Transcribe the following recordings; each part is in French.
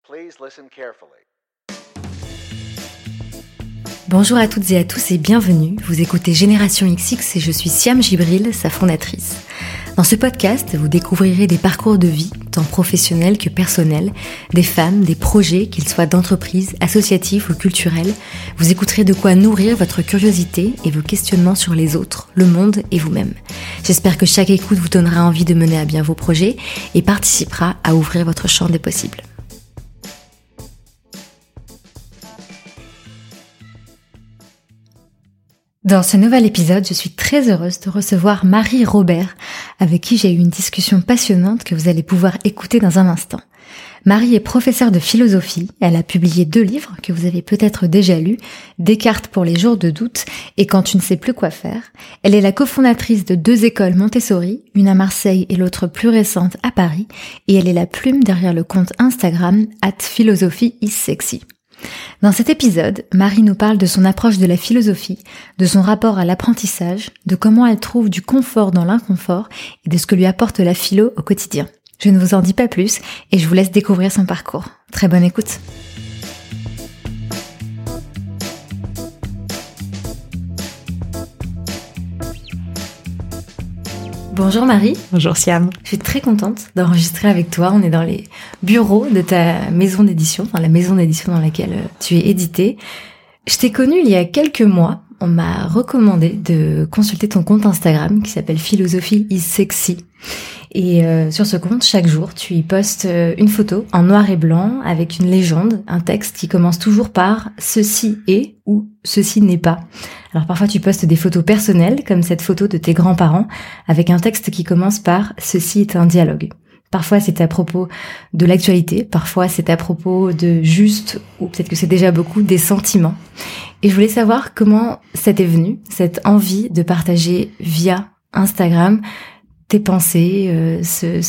Please listen carefully. Bonjour à toutes et à tous et bienvenue, vous écoutez Génération XX et je suis Siam Gibril, sa fondatrice. Dans ce podcast, vous découvrirez des parcours de vie, tant professionnels que personnels, des femmes, des projets, qu'ils soient d'entreprise, associatifs ou culturels. Vous écouterez de quoi nourrir votre curiosité et vos questionnements sur les autres, le monde et vous-même. J'espère que chaque écoute vous donnera envie de mener à bien vos projets et participera à ouvrir votre champ des possibles. Dans ce nouvel épisode, je suis très heureuse de recevoir Marie Robert, avec qui j'ai eu une discussion passionnante que vous allez pouvoir écouter dans un instant. Marie est professeure de philosophie, elle a publié 2 livres que vous avez peut-être déjà lus, Descartes pour les jours de doute et Quand tu ne sais plus quoi faire. Elle est la cofondatrice de 2 écoles Montessori, une à Marseille et l'autre plus récente à Paris, et elle est la plume derrière le compte Instagram @philosophyissexy. Dans cet épisode, Marie nous parle de son approche de la philosophie, de son rapport à l'apprentissage, de comment elle trouve du confort dans l'inconfort et de ce que lui apporte la philo au quotidien. Je ne vous en dis pas plus et je vous laisse découvrir son parcours. Très bonne écoute. Bonjour Marie. Bonjour Siam. Je suis très contente d'enregistrer avec toi. On est dans les bureaux de ta maison d'édition, enfin la maison d'édition dans laquelle tu es éditée. Je t'ai connue il y a quelques mois. On m'a recommandé de consulter ton compte Instagram qui s'appelle Philosophyissexy. Et sur ce compte, chaque jour, tu y postes une photo en noir et blanc avec une légende, un texte qui commence toujours par « ceci est » ou « ceci n'est pas ». Alors parfois tu postes des photos personnelles, comme cette photo de tes grands-parents, avec un texte qui commence par « ceci est un dialogue ». Parfois c'est à propos de l'actualité, parfois c'est à propos de juste, ou peut-être que c'est déjà beaucoup, des sentiments. Et je voulais savoir comment ça t'est venu, cette envie de partager via Instagram tes pensées,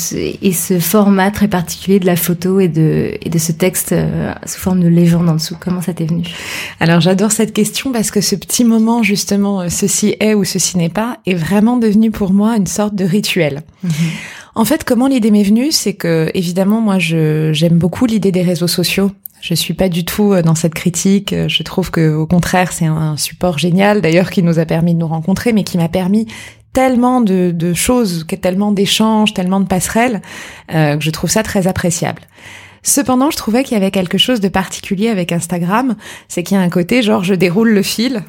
ce format très particulier de la photo et de ce texte sous forme de légende en dessous. Comment ça t'est venu ? Alors j'adore cette question parce que ce petit moment justement, ceci est ou ceci n'est pas, est vraiment devenu pour moi une sorte de rituel. En fait, comment l'idée m'est venue, c'est que évidemment moi j'aime beaucoup l'idée des réseaux sociaux. Je suis pas du tout dans cette critique. Je trouve que au contraire c'est un support génial, d'ailleurs qui nous a permis de nous rencontrer, mais qui m'a permis tellement de choses, tellement d'échanges, tellement de passerelles, que je trouve ça très appréciable. Cependant, je trouvais qu'il y avait quelque chose de particulier avec Instagram, c'est qu'il y a un côté genre je déroule le fil.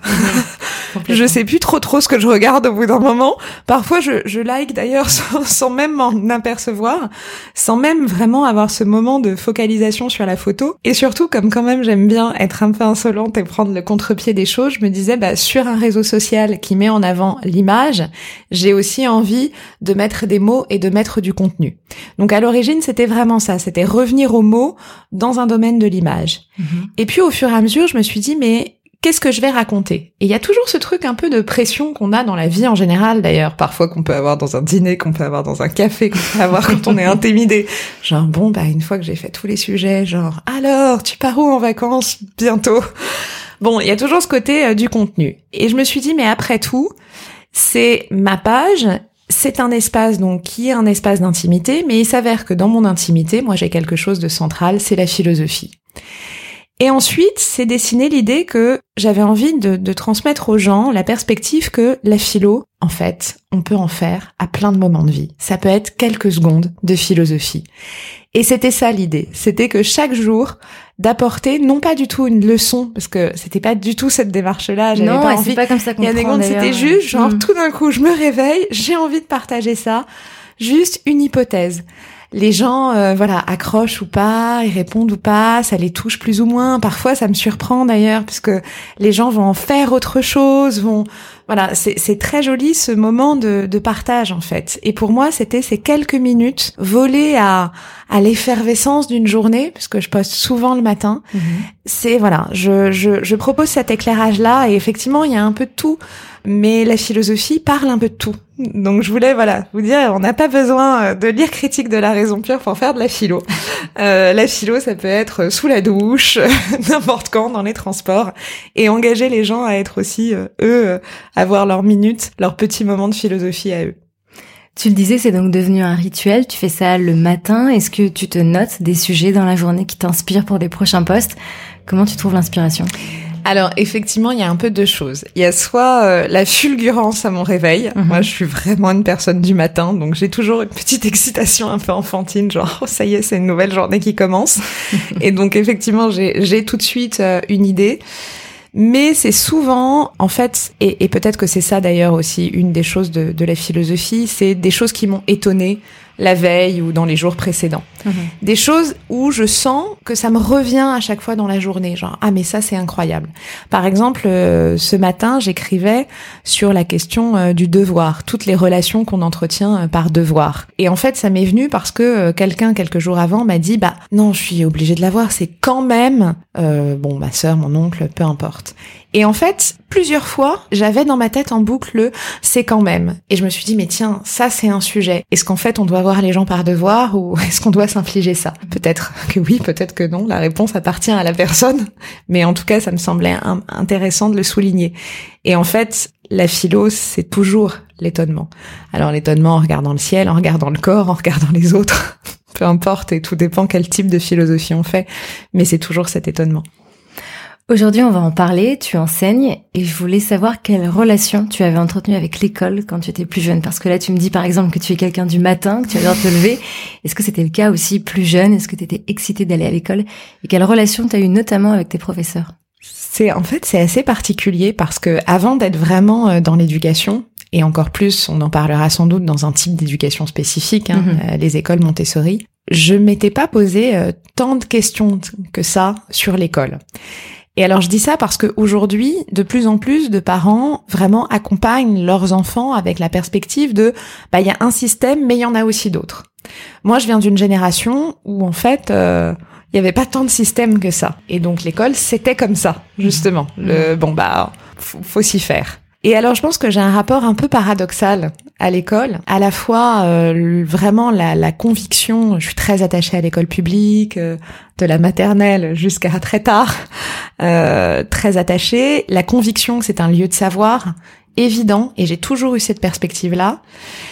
Je sais plus trop ce que je regarde au bout d'un moment. Parfois, je like d'ailleurs sans même m'en apercevoir, sans même vraiment avoir ce moment de focalisation sur la photo. Et surtout, comme quand même j'aime bien être un peu insolente et prendre le contre-pied des choses, je me disais, sur un réseau social qui met en avant l'image, j'ai aussi envie de mettre des mots et de mettre du contenu. Donc à l'origine, c'était vraiment ça, c'était revenir aux mots dans un domaine de l'image. Et puis au fur et à mesure, je me suis dit, mais qu'est-ce que je vais raconter ? Et il y a toujours ce truc un peu de pression qu'on a dans la vie en général, d'ailleurs, parfois qu'on peut avoir dans un dîner, qu'on peut avoir dans un café, qu'on peut avoir quand on est intimidé. Genre, une fois que j'ai fait tous les sujets, genre, alors, tu pars où en vacances bientôt ? Bon, il y a toujours ce côté du contenu. Et je me suis dit, mais après tout, c'est ma page, c'est un espace donc qui est un espace d'intimité, mais il s'avère que dans mon intimité, moi j'ai quelque chose de central, c'est la philosophie. Et ensuite, c'est dessiné l'idée que j'avais envie de transmettre aux gens la perspective que la philo, en fait, on peut en faire à plein de moments de vie. Ça peut être quelques secondes de philosophie. Et c'était ça l'idée. C'était que chaque jour, d'apporter, non pas du tout une leçon, parce que c'était pas du tout cette démarche-là. Non, pas envie. C'est pas comme ça qu'on Il y a des secondes, c'était juste, genre, tout d'un coup, je me réveille, j'ai envie de partager ça. Juste une hypothèse. Les gens, accrochent ou pas, ils répondent ou pas, ça les touche plus ou moins. Parfois, ça me surprend d'ailleurs, puisque les gens vont en faire autre chose, c'est très joli ce moment de partage en fait. Et pour moi, c'était ces quelques minutes volées à l'effervescence d'une journée, puisque je poste souvent le matin. C'est je propose cet éclairage-là, et effectivement, il y a un peu de tout. Mais la philosophie parle un peu de tout. Donc je voulais vous dire, on n'a pas besoin de lire Critique de la raison pure pour faire de la philo. La philo, ça peut être sous la douche, n'importe quand, dans les transports, et engager les gens à être aussi, avoir leurs minutes, leurs petits moments de philosophie à eux. Tu le disais, c'est donc devenu un rituel. Tu fais ça le matin. Est-ce que tu te notes des sujets dans la journée qui t'inspirent pour des prochains posts? Comment tu trouves l'inspiration? Alors, effectivement, il y a un peu deux choses. Il y a soit la fulgurance à mon réveil. Moi, je suis vraiment une personne du matin, donc j'ai toujours une petite excitation un peu enfantine, genre, oh, ça y est, c'est une nouvelle journée qui commence. Et donc, effectivement, j'ai tout de suite une idée. Mais c'est souvent, en fait, et peut-être que c'est ça d'ailleurs aussi une des choses de la philosophie, c'est des choses qui m'ont étonnée la veille ou dans les jours précédents. Des choses où je sens que ça me revient à chaque fois dans la journée, genre ah mais ça c'est incroyable. Par exemple, ce matin, j'écrivais sur la question du devoir, toutes les relations qu'on entretient par devoir. Et en fait, ça m'est venu parce que quelqu'un quelques jours avant m'a dit bah non, je suis obligée de l'avoir, c'est quand même ma sœur, mon oncle, peu importe. Et en fait, plusieurs fois, j'avais dans ma tête en boucle le « c'est quand même ». Et je me suis dit, mais tiens, ça c'est un sujet. Est-ce qu'en fait on doit voir les gens par devoir ou est-ce qu'on doit s'infliger ça? Peut-être que oui, peut-être que non. La réponse appartient à la personne. Mais en tout cas, ça me semblait intéressant de le souligner. Et en fait, la philo, c'est toujours l'étonnement. Alors l'étonnement en regardant le ciel, en regardant le corps, en regardant les autres. Peu importe, et tout dépend quel type de philosophie on fait. Mais c'est toujours cet étonnement. Aujourd'hui, on va en parler, tu enseignes, et je voulais savoir quelle relation tu avais entretenue avec l'école quand tu étais plus jeune. Parce que là, tu me dis par exemple que tu es quelqu'un du matin, que tu adores te lever. Est-ce que c'était le cas aussi plus jeune? Est-ce que tu étais excitée d'aller à l'école? Et quelle relation tu as eu notamment avec tes professeurs? C'est assez particulier parce que avant d'être vraiment dans l'éducation, et encore plus, on en parlera sans doute dans un type d'éducation spécifique, les écoles Montessori, je m'étais pas posé tant de questions que ça sur l'école. Et alors je dis ça parce que aujourd'hui, de plus en plus de parents vraiment accompagnent leurs enfants avec la perspective de il y a un système mais il y en a aussi d'autres. Moi, je viens d'une génération où en fait il y avait pas tant de systèmes que ça. Et donc l'école, c'était comme ça, justement. Faut s'y faire. Et alors, je pense que j'ai un rapport un peu paradoxal à l'école. À la fois, vraiment la conviction, je suis très attachée à l'école publique, de la maternelle jusqu'à très tard, très attachée. La conviction que c'est un lieu de savoir évident, et j'ai toujours eu cette perspective-là.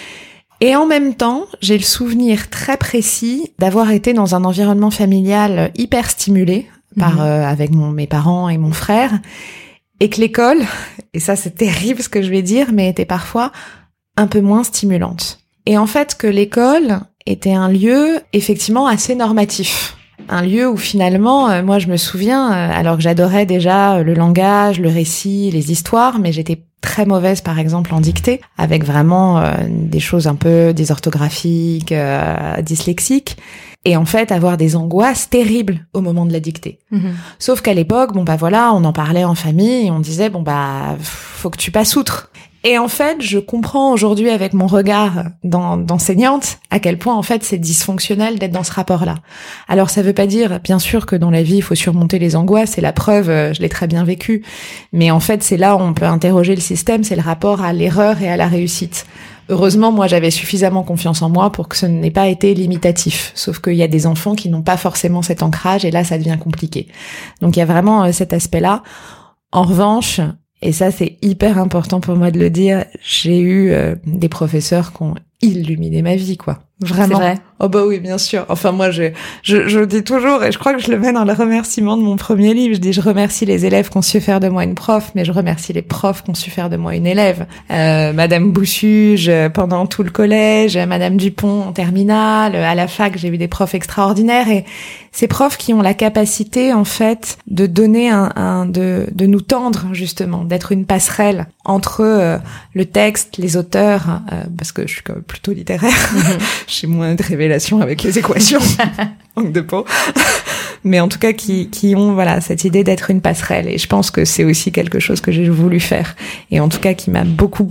Et en même temps, j'ai le souvenir très précis d'avoir été dans un environnement familial hyper stimulé avec mes parents et mon frère, et que l'école, et ça c'est terrible ce que je vais dire, mais était parfois un peu moins stimulante. Et en fait que l'école était un lieu effectivement assez normatif. Un lieu où finalement, moi je me souviens, alors que j'adorais déjà le langage, le récit, les histoires, mais j'étais très mauvaise par exemple en dictée, avec vraiment des choses un peu désorthographiques, dyslexiques. Et en fait, avoir des angoisses terribles au moment de la dictée. Sauf qu'à l'époque, on en parlait en famille et on disait, faut que tu passes outre. Et en fait, je comprends aujourd'hui avec mon regard d'enseignante à quel point en fait c'est dysfonctionnel d'être dans ce rapport-là. Alors ça veut pas dire, bien sûr, que dans la vie il faut surmonter les angoisses, c'est la preuve, je l'ai très bien vécu. Mais en fait, c'est là où on peut interroger le système, c'est le rapport à l'erreur et à la réussite. Heureusement, moi, j'avais suffisamment confiance en moi pour que ce n'ait pas été limitatif. Sauf qu'il y a des enfants qui n'ont pas forcément cet ancrage et là, ça devient compliqué. Donc, il y a vraiment cet aspect-là. En revanche, et ça, c'est hyper important pour moi de le dire, j'ai eu des professeurs qui ont illuminé ma vie, quoi. Vraiment. C'est vrai. Oh bah oui, bien sûr. Enfin, moi, je dis toujours, et je crois que je le mets dans le remerciement de mon premier livre, je dis, je remercie les élèves qui ont su faire de moi une prof, mais je remercie les profs qui ont su faire de moi une élève. Madame Boussuge, pendant tout le collège, Madame Dupont en terminale, à la fac, j'ai eu des profs extraordinaires, et ces profs qui ont la capacité, en fait, de donner de nous tendre, justement, d'être une passerelle entre le texte, les auteurs, parce que je suis quand même plutôt littéraire, j'ai moins de révélations avec les équations, manque de peau, mais en tout cas qui ont cette idée d'être une passerelle, et je pense que c'est aussi quelque chose que j'ai voulu faire, et en tout cas qui m'a beaucoup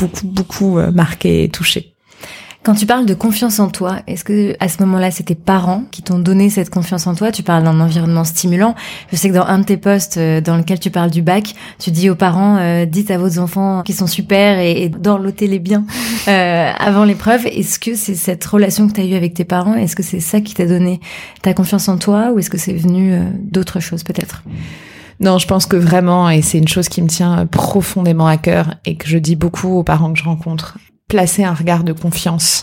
marqué et touchée. Quand tu parles de confiance en toi, est-ce que à ce moment-là, c'est tes parents qui t'ont donné cette confiance en toi? Tu parles d'un environnement stimulant. Je sais que dans un de tes posts dans lequel tu parles du bac, tu dis aux parents, dites à vos enfants qu'ils sont super et dorlotez-les bien avant l'épreuve. Est-ce que c'est cette relation que tu as eue avec tes parents? Est-ce que c'est ça qui t'a donné ta confiance en toi, ou est-ce que c'est venu d'autres choses peut-être? Non, je pense que vraiment, et c'est une chose qui me tient profondément à cœur et que je dis beaucoup aux parents que je rencontre, placer un regard de confiance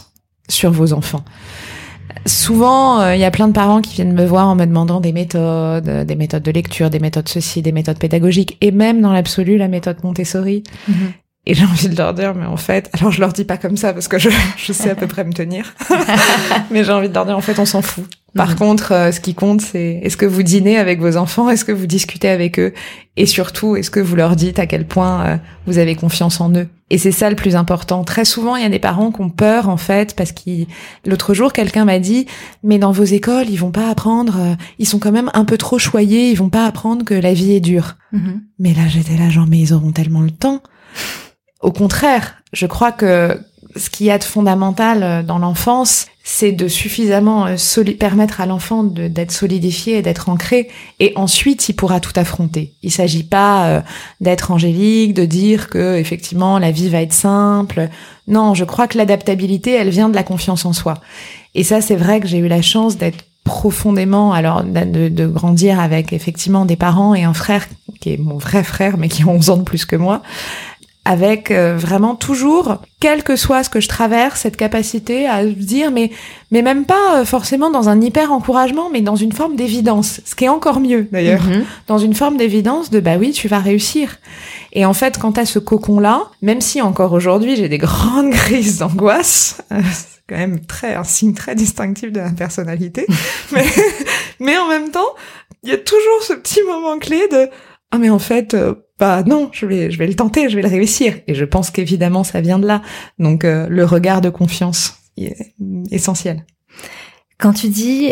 sur vos enfants. Souvent, il y a plein de parents qui viennent me voir en me demandant des méthodes de lecture, des méthodes ceci, des méthodes pédagogiques, et même dans l'absolu, la méthode Montessori. Et j'ai envie de leur dire, mais en fait, alors je leur dis pas comme ça parce que je sais à peu près me tenir, mais j'ai envie de leur dire, en fait, on s'en fout. Par contre, ce qui compte, c'est est-ce que vous dînez avec vos enfants, est-ce que vous discutez avec eux, et surtout, est-ce que vous leur dites à quel point vous avez confiance en eux. Et c'est ça le plus important. Très souvent, il y a des parents qui ont peur, en fait, parce l'autre jour, quelqu'un m'a dit, mais dans vos écoles, ils vont pas apprendre, ils sont quand même un peu trop choyés, ils vont pas apprendre que la vie est dure. Mais là, j'étais là, genre, mais ils auront tellement le temps. Au contraire, je crois que ce qu'il y a de fondamental dans l'enfance, c'est de suffisamment permettre à l'enfant d'être solidifié et d'être ancré, et ensuite il pourra tout affronter. Il s'agit pas d'être angélique, de dire que effectivement la vie va être simple. Non, je crois que l'adaptabilité, elle vient de la confiance en soi. Et ça, c'est vrai que j'ai eu la chance d'être profondément, alors de grandir avec effectivement des parents et un frère qui est mon vrai frère, mais qui a 11 ans de plus que moi, avec vraiment toujours, quel que soit ce que je traverse, cette capacité à dire, mais même pas forcément dans un hyper encouragement, mais dans une forme d'évidence, ce qui est encore mieux d'ailleurs, dans une forme d'évidence de bah oui, tu vas réussir. Et en fait, quand t'as ce cocon-là, même si encore aujourd'hui j'ai des grandes crises d'angoisse, c'est quand même un signe très distinctif de la personnalité, mais en même temps, il y a toujours ce petit moment clé de ah mais en fait bah non, je vais le tenter, je vais le réussir. Et je pense qu'évidemment ça vient de là. Donc le regard de confiance est essentiel. Quand tu dis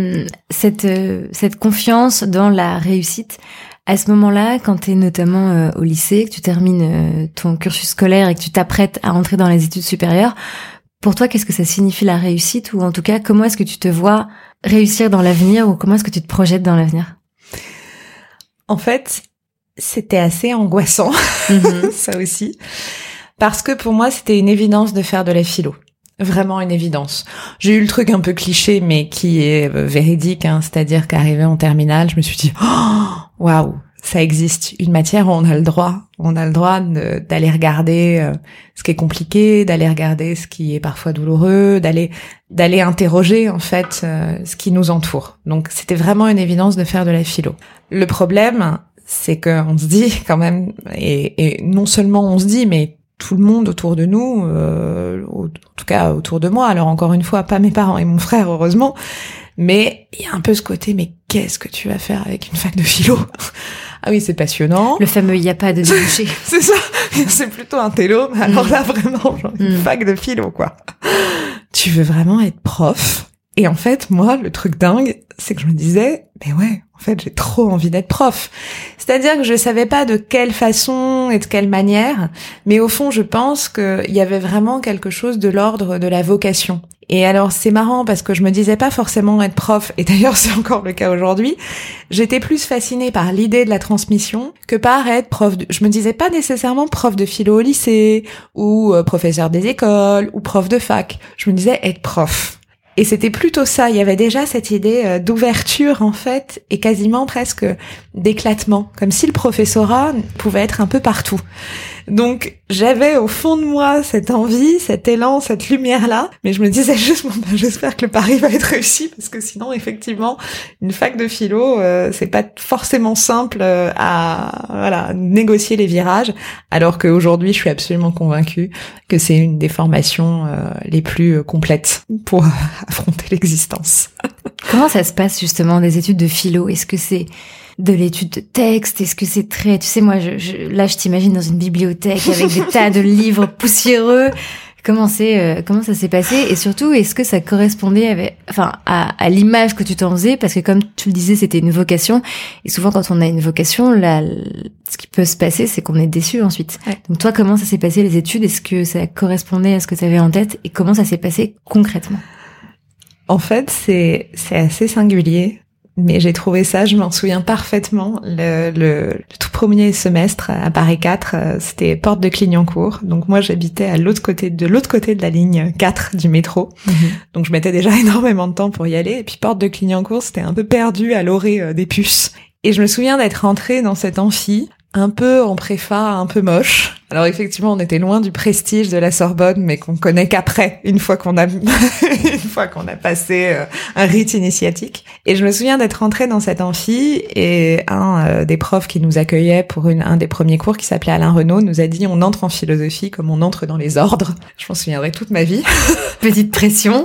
cette confiance dans la réussite, à ce moment-là, quand tu es notamment au lycée, que tu termines ton cursus scolaire et que tu t'apprêtes à entrer dans les études supérieures, pour toi, qu'est-ce que ça signifie la réussite, ou en tout cas, comment est-ce que tu te vois réussir dans l'avenir, ou comment est-ce que tu te projettes dans l'avenir? En fait, c'était assez angoissant, ça aussi, parce que pour moi, c'était une évidence de faire de la philo. Vraiment une évidence. J'ai eu le truc un peu cliché, mais qui est véridique, hein, c'est-à-dire qu'arrivé en terminale, je me suis dit, waouh, ça existe, une matière où on a le droit d'aller regarder ce qui est compliqué, d'aller regarder ce qui est parfois douloureux, d'aller interroger en fait ce qui nous entoure. Donc c'était vraiment une évidence de faire de la philo. Le problème, c'est qu'on se dit quand même, et non seulement on se dit, mais tout le monde autour de nous, en tout cas autour de moi, alors encore une fois, pas mes parents et mon frère, heureusement, mais il y a un peu ce côté, mais qu'est-ce que tu vas faire avec une fac de philo? Ah oui, c'est passionnant. Le fameux il y a pas de débouché. C'est ça, c'est plutôt un télo, mais alors là vraiment, genre une fac de philo, quoi. Tu veux vraiment être prof? Et en fait, moi, le truc dingue, c'est que je me disais, mais ouais, en fait, j'ai trop envie d'être prof. C'est-à-dire que je savais pas de quelle façon et de quelle manière, mais au fond, je pense qu'il y avait vraiment quelque chose de l'ordre de la vocation. Et alors, c'est marrant parce que je me disais pas forcément être prof, et d'ailleurs, c'est encore le cas aujourd'hui. J'étais plus fascinée par l'idée de la transmission que par être prof je me disais pas nécessairement prof de philo au lycée, ou professeur des écoles, ou prof de fac. Je me disais être prof. Et c'était plutôt ça, il y avait déjà cette idée d'ouverture en fait, et quasiment presque d'éclatement, comme si le professorat pouvait être un peu partout. Donc j'avais au fond de moi cette envie, cet élan, cette lumière-là, mais je me disais juste, bon, ben, j'espère que le pari va être réussi, parce que sinon effectivement, une fac de philo, c'est pas forcément simple à négocier les virages, alors qu'aujourd'hui je suis absolument convaincue que c'est une des formations les plus complètes pour affronter l'existence. Comment ça se passe justement des études de philo? Est-ce que c'est de l'étude de texte? Est-ce que c'est très... Tu sais, moi, là, je t'imagine dans une bibliothèque avec des tas de livres poussiéreux. Comment ça s'est passé? Et surtout, est-ce que ça correspondait à l'image que tu t'en faisais? Parce que comme tu le disais, c'était une vocation. Et souvent, quand on a une vocation, là, ce qui peut se passer, c'est qu'on est déçu ensuite. Ouais. Donc toi, comment ça s'est passé les études? Est-ce que ça correspondait à ce que tu avais en tête? Et comment ça s'est passé concrètement? En fait, c'est assez singulier. Mais j'ai trouvé ça, je m'en souviens parfaitement, le tout premier semestre à Paris 4, c'était porte de Clignancourt. Donc moi j'habitais de l'autre côté de la ligne 4 du métro. Donc je mettais déjà énormément de temps pour y aller. Et puis porte de Clignancourt, c'était un peu perdu à l'orée des puces. Et je me souviens d'être rentrée dans cet amphi, un peu en préfa, un peu moche, Alors effectivement, on était loin du prestige de la Sorbonne, mais qu'on connaît qu'après, une fois qu'on a passé un rite initiatique. Et je me souviens d'être rentrée dans cet amphi et un des profs qui nous accueillait pour un des premiers cours, qui s'appelait Alain Renaud, nous a dit: on entre en philosophie comme on entre dans les ordres. Je m'en souviendrai toute ma vie. Petite pression.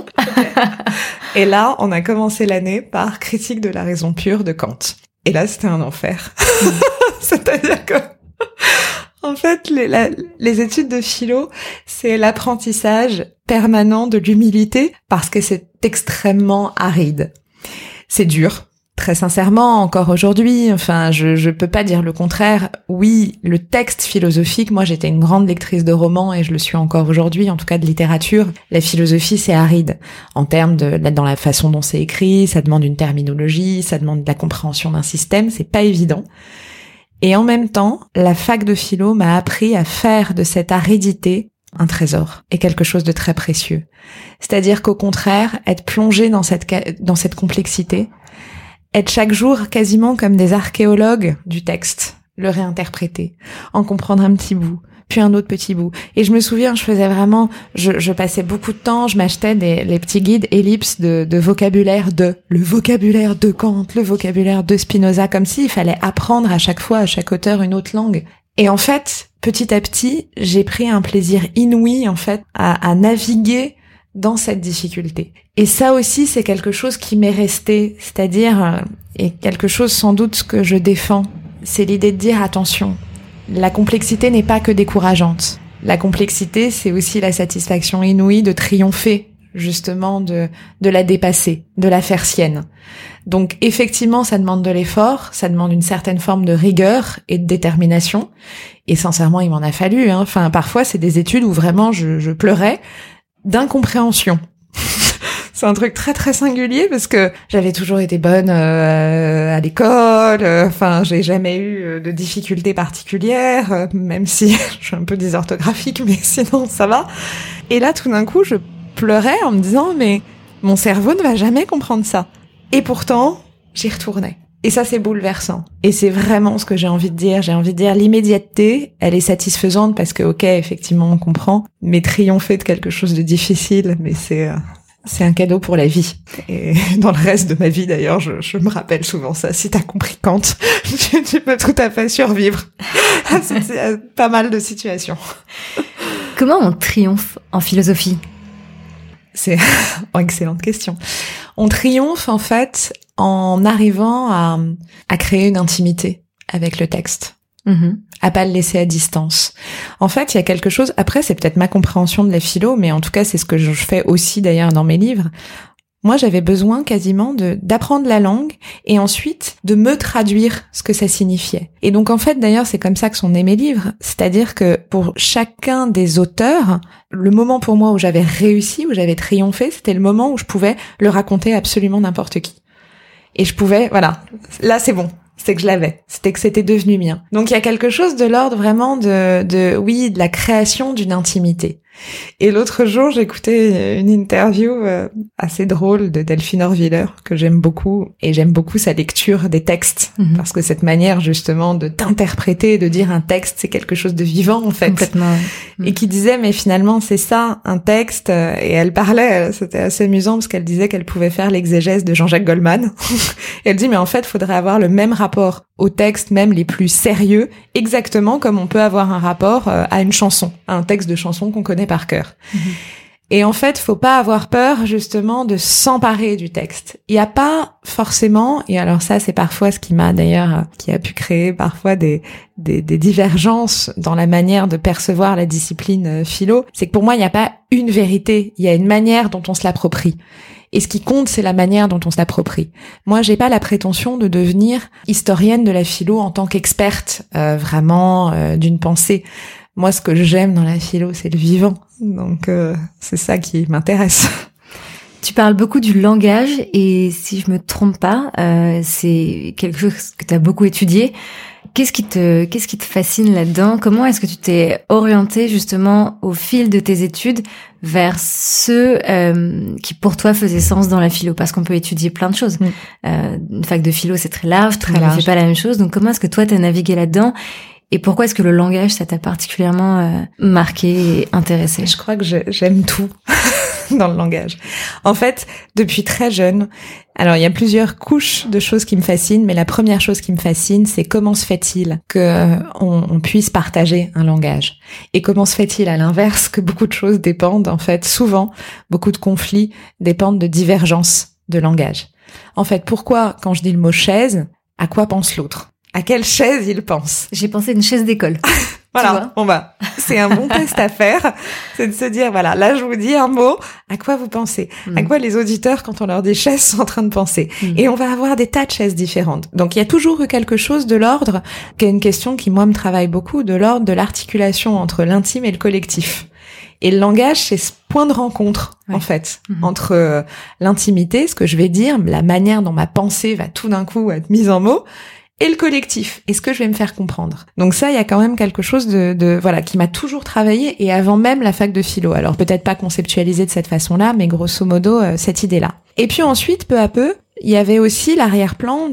Et là, on a commencé l'année par Critique de la raison pure de Kant. Et là, c'était un enfer. C'est-à-dire que, en fait, les études de philo, c'est l'apprentissage permanent de l'humilité parce que c'est extrêmement aride. C'est dur. Très sincèrement, encore aujourd'hui, enfin, je peux pas dire le contraire. Oui, le texte philosophique, moi j'étais une grande lectrice de romans et je le suis encore aujourd'hui, en tout cas de littérature. La philosophie, c'est aride. En termes dans la façon dont c'est écrit, ça demande une terminologie, ça demande de la compréhension d'un système, c'est pas évident. Et en même temps, la fac de philo m'a appris à faire de cette aridité un trésor et quelque chose de très précieux. C'est-à-dire qu'au contraire, être plongé dans cette complexité, être chaque jour quasiment comme des archéologues du texte, le réinterpréter, en comprendre un petit bout, puis un autre petit bout. Et je me souviens, je passais beaucoup de temps, je m'achetais les petits guides ellipses de vocabulaire le vocabulaire de Kant, le vocabulaire de Spinoza, comme s'il fallait apprendre à chaque fois, à chaque auteur, une autre langue. Et en fait, petit à petit, j'ai pris un plaisir inouï, en fait, à naviguer dans cette difficulté. Et ça aussi, c'est quelque chose qui m'est resté, c'est-à-dire, et quelque chose sans doute que je défends, c'est l'idée de dire attention, la complexité n'est pas que décourageante. La complexité, c'est aussi la satisfaction inouïe de triompher, justement, de la dépasser, de la faire sienne. Donc, effectivement, ça demande de l'effort, ça demande une certaine forme de rigueur et de détermination. Et sincèrement, il m'en a fallu, hein. Enfin, parfois, c'est des études où vraiment je pleurais d'incompréhension. C'est un truc très très singulier parce que j'avais toujours été bonne à l'école, enfin j'ai jamais eu de difficultés particulières, même si je suis un peu dysorthographique, mais sinon ça va. Et là tout d'un coup je pleurais en me disant mais mon cerveau ne va jamais comprendre ça. Et pourtant j'y retournais. Et ça c'est bouleversant. Et c'est vraiment ce que j'ai envie de dire. J'ai envie de dire l'immédiateté, elle est satisfaisante parce que ok effectivement on comprend, mais triompher de quelque chose de difficile, mais c'est un cadeau pour la vie. Et dans le reste de ma vie, d'ailleurs, je me rappelle souvent ça. Si t'as compris Kant, tu peux tout à fait survivre à pas mal de situations. Comment on triomphe en philosophie ? C'est une excellente question. On triomphe, en fait, en arrivant à créer une intimité avec le texte. À pas le laisser à distance. En fait, il y a quelque chose, après c'est peut-être ma compréhension de la philo, mais en tout cas c'est ce que je fais aussi d'ailleurs dans mes livres. Moi j'avais besoin quasiment d'apprendre la langue et ensuite de me traduire ce que ça signifiait. Et donc en fait d'ailleurs c'est comme ça que sont nés mes livres, c'est-à-dire que pour chacun des auteurs, le moment pour moi où j'avais réussi, où j'avais triomphé, c'était le moment où je pouvais le raconter à absolument n'importe qui. Et je pouvais, voilà, là c'est bon. C'est que je l'avais. C'était que c'était devenu mien. Donc il y a quelque chose de l'ordre vraiment de la création d'une intimité. Et l'autre jour, j'écoutais une interview assez drôle de Delphine Orviller, que j'aime beaucoup, et j'aime beaucoup sa lecture des textes, parce que cette manière justement de t'interpréter, de dire un texte, c'est quelque chose de vivant en fait. Complètement. Et qui disait, mais finalement c'est ça, un texte, et elle parlait, c'était assez amusant, parce qu'elle disait qu'elle pouvait faire l'exégèse de Jean-Jacques Goldman. Et elle dit, mais en fait, faudrait avoir le même rapport aux textes, même les plus sérieux, exactement comme on peut avoir un rapport à une chanson, à un texte de chanson qu'on connaît par cœur. Et en fait, faut pas avoir peur justement de s'emparer du texte. Il y a pas forcément, et alors ça c'est parfois ce qui m'a d'ailleurs, qui a pu créer parfois des divergences dans la manière de percevoir la discipline philo, c'est que pour moi il n'y a pas une vérité, il y a une manière dont on se l'approprie. Et ce qui compte, c'est la manière dont on se l'approprie. Moi, j'ai pas la prétention de devenir historienne de la philo en tant qu'experte vraiment d'une pensée. Moi, ce que j'aime dans la philo, c'est le vivant. Donc, c'est ça qui m'intéresse. Tu parles beaucoup du langage et si je me trompe pas, c'est quelque chose que tu as beaucoup étudié. Qu'est-ce qui te fascine là-dedans ? Comment est-ce que tu t'es orienté justement au fil de tes études vers ceux qui pour toi faisaient sens dans la philo ? Parce qu'on peut étudier plein de choses. Une fac de philo, c'est très large, tout le monde ne fait pas la même chose. Donc comment est-ce que toi t'as navigué là-dedans ? Et pourquoi est-ce que le langage, ça t'a particulièrement marqué et intéressé? Je crois que j'aime tout dans le langage. En fait, depuis très jeune, alors il y a plusieurs couches de choses qui me fascinent, mais la première chose qui me fascine, c'est comment se fait-il que on puisse partager un langage? Et comment se fait-il, à l'inverse, que beaucoup de choses dépendent, en fait, souvent, beaucoup de conflits dépendent de divergences de langage. En fait, pourquoi, quand je dis le mot chaise, à quoi pense l'autre? À quelle chaise il pense? J'ai pensé à une chaise d'école. Voilà, bon bah, c'est un bon test à faire, c'est de se dire, voilà, là je vous dis un mot, à quoi vous pensez? À quoi les auditeurs, quand on leur dit chaise, sont en train de penser? Et on va avoir des tas de chaises différentes. Donc il y a toujours eu quelque chose de l'ordre, qui est une question qui, moi, me travaille beaucoup, de l'ordre de l'articulation entre l'intime et le collectif. Et le langage, c'est ce point de rencontre, en fait, entre l'intimité, ce que je vais dire, la manière dont ma pensée va tout d'un coup être mise en mots, et le collectif, et ce que je vais me faire comprendre. Donc ça, il y a quand même quelque chose de voilà, qui m'a toujours travaillé, et avant même la fac de philo. Alors peut-être pas conceptualisé de cette façon-là, mais grosso modo, cette idée-là. Et puis ensuite, peu à peu, il y avait aussi l'arrière-plan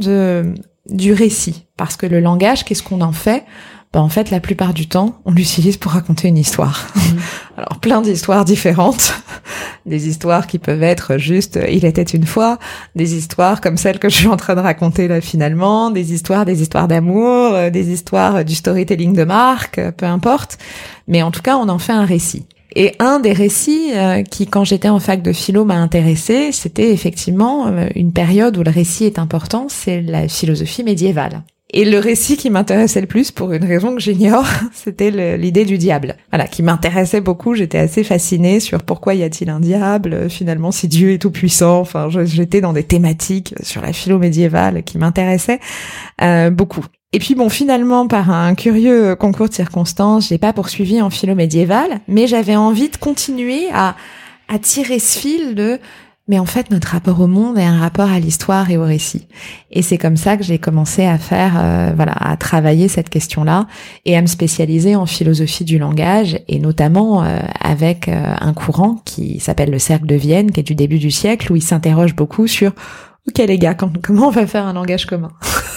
du récit. Parce que le langage, qu'est-ce qu'on en fait? En fait, la plupart du temps, on l'utilise pour raconter une histoire. Alors, plein d'histoires différentes. Des histoires qui peuvent être juste « il était une fois », des histoires comme celle que je suis en train de raconter là finalement, des histoires d'amour, des histoires du storytelling de marque, peu importe. Mais en tout cas, on en fait un récit. Et un des récits qui, quand j'étais en fac de philo, m'a intéressée, c'était effectivement une période où le récit est important, c'est la philosophie médiévale. Et le récit qui m'intéressait le plus, pour une raison que j'ignore, c'était l'idée du diable. Voilà, qui m'intéressait beaucoup. J'étais assez fascinée sur pourquoi y a-t-il un diable, finalement, si Dieu est tout puissant. Enfin, j'étais dans des thématiques sur la philo médiévale qui m'intéressaient beaucoup. Et puis bon, finalement, par un curieux concours de circonstances, j'ai pas poursuivi en philo médiévale, mais j'avais envie de continuer à tirer ce fil de... Mais en fait, notre rapport au monde est un rapport à l'histoire et au récit. Et c'est comme ça que j'ai commencé à faire, à travailler cette question-là et à me spécialiser en philosophie du langage, et notamment avec un courant qui s'appelle le Cercle de Vienne, qui est du début du siècle, où il s'interroge beaucoup sur « Ok les gars, comment on va faire un langage commun ?»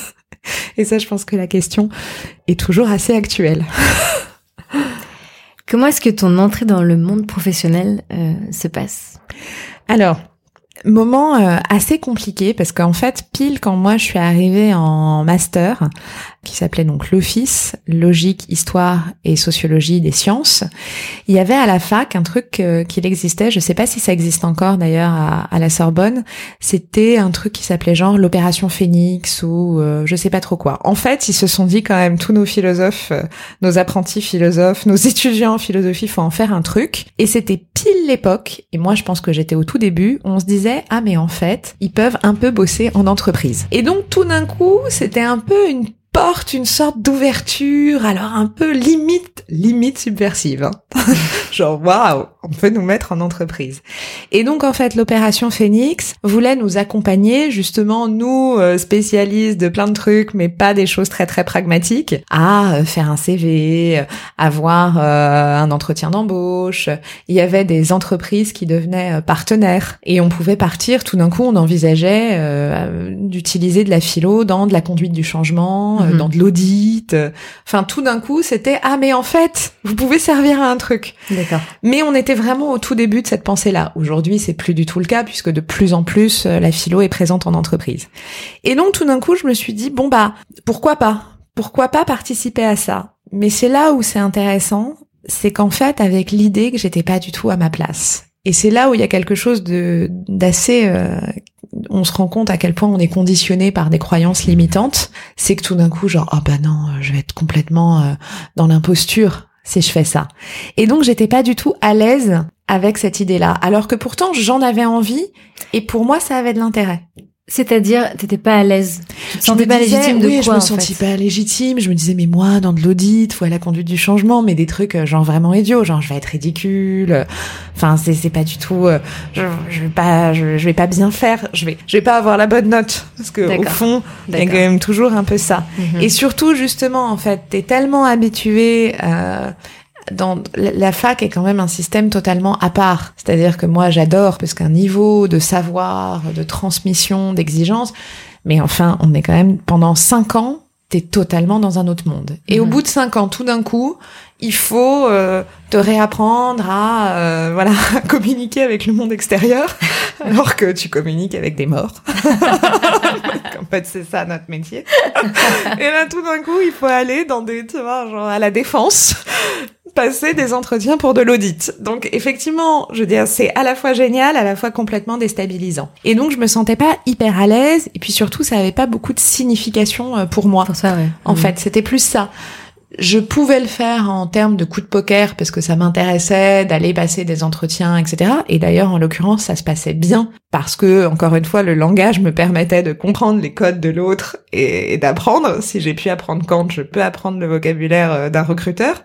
Et ça, je pense que la question est toujours assez actuelle. Comment est-ce que ton entrée dans le monde professionnel se passe ? Alors, moment assez compliqué, parce qu'en fait, pile quand moi je suis arrivée en master, qui s'appelait donc l'Office, Logique, Histoire et Sociologie des Sciences, il y avait à la fac un truc qu'il existait, je sais pas si ça existe encore d'ailleurs à la Sorbonne, c'était un truc qui s'appelait genre l'opération Phénix ou je sais pas trop quoi. En fait, ils se sont dit quand même, tous nos philosophes, nos apprentis philosophes, nos étudiants en philosophie, faut en faire un truc. Et c'était pile l'époque, et moi je pense que j'étais au tout début, on se disait, ah mais en fait, ils peuvent un peu bosser en entreprise. Et donc tout d'un coup, c'était un peu une sorte d'ouverture, alors un peu limite subversive, hein. Genre waouh, on peut nous mettre en entreprise. Et donc en fait l'opération Phénix voulait nous accompagner, justement nous spécialistes de plein de trucs, mais pas des choses très très pragmatiques, à faire un CV, avoir un entretien d'embauche. Il y avait des entreprises qui devenaient partenaires, et on pouvait partir, tout d'un coup on envisageait d'utiliser de la philo dans de la conduite du changement, dans de l'audit. Enfin, tout d'un coup, c'était « Ah, mais en fait, vous pouvez servir à un truc. » D'accord. Mais on était vraiment au tout début de cette pensée-là. Aujourd'hui, c'est plus du tout le cas, puisque de plus en plus, la philo est présente en entreprise. Et donc, tout d'un coup, je me suis dit « Bon, bah, pourquoi pas ? Pourquoi pas participer à ça ?» Mais c'est là où c'est intéressant, c'est qu'en fait, avec l'idée que j'étais pas du tout à ma place. Et c'est là où il y a quelque chose d'assez... on se rend compte à quel point on est conditionné par des croyances limitantes. C'est que tout d'un coup, genre, oh bah non, je vais être complètement dans l'imposture si je fais ça. Et donc, j'étais pas du tout à l'aise avec cette idée-là. Alors que pourtant, j'en avais envie, et pour moi, ça avait de l'intérêt. C'est-à-dire, t'étais pas à l'aise. Tu te sentais pas légitime de quoi, je me sentais pas légitime. Je me disais, mais moi, dans de l'audit, la conduite du changement, mais des trucs, genre vraiment idiots, genre, je vais être ridicule. Enfin, c'est pas du tout, je vais pas bien faire. Je vais pas avoir la bonne note. Parce que, au fond, il y a quand même toujours un peu ça. Et surtout, justement, en fait, t'es tellement habitué, dans la fac est quand même un système totalement à part. C'est-à-dire que moi, j'adore, parce qu'un niveau de savoir, de transmission, d'exigence, mais enfin, on est quand même, pendant 5 ans, t'es totalement dans un autre monde. Et au bout de 5 ans, tout d'un coup, il faut te réapprendre à communiquer avec le monde extérieur, alors que tu communiques avec des morts. En fait, c'est ça notre métier. Et là, tout d'un coup, il faut aller dans à la défense, passer des entretiens pour de l'audit. Donc, effectivement, je veux dire, c'est à la fois génial, à la fois complètement déstabilisant. Et donc, je me sentais pas hyper à l'aise, et puis surtout, ça avait pas beaucoup de signification pour moi. Pour ça, ouais. En fait, c'était plus ça. Je pouvais le faire en termes de coup de poker parce que ça m'intéressait d'aller passer des entretiens, etc. Et d'ailleurs, en l'occurrence, ça se passait bien parce que, encore une fois, le langage me permettait de comprendre les codes de l'autre et d'apprendre. Si j'ai pu apprendre Kant, je peux apprendre le vocabulaire d'un recruteur.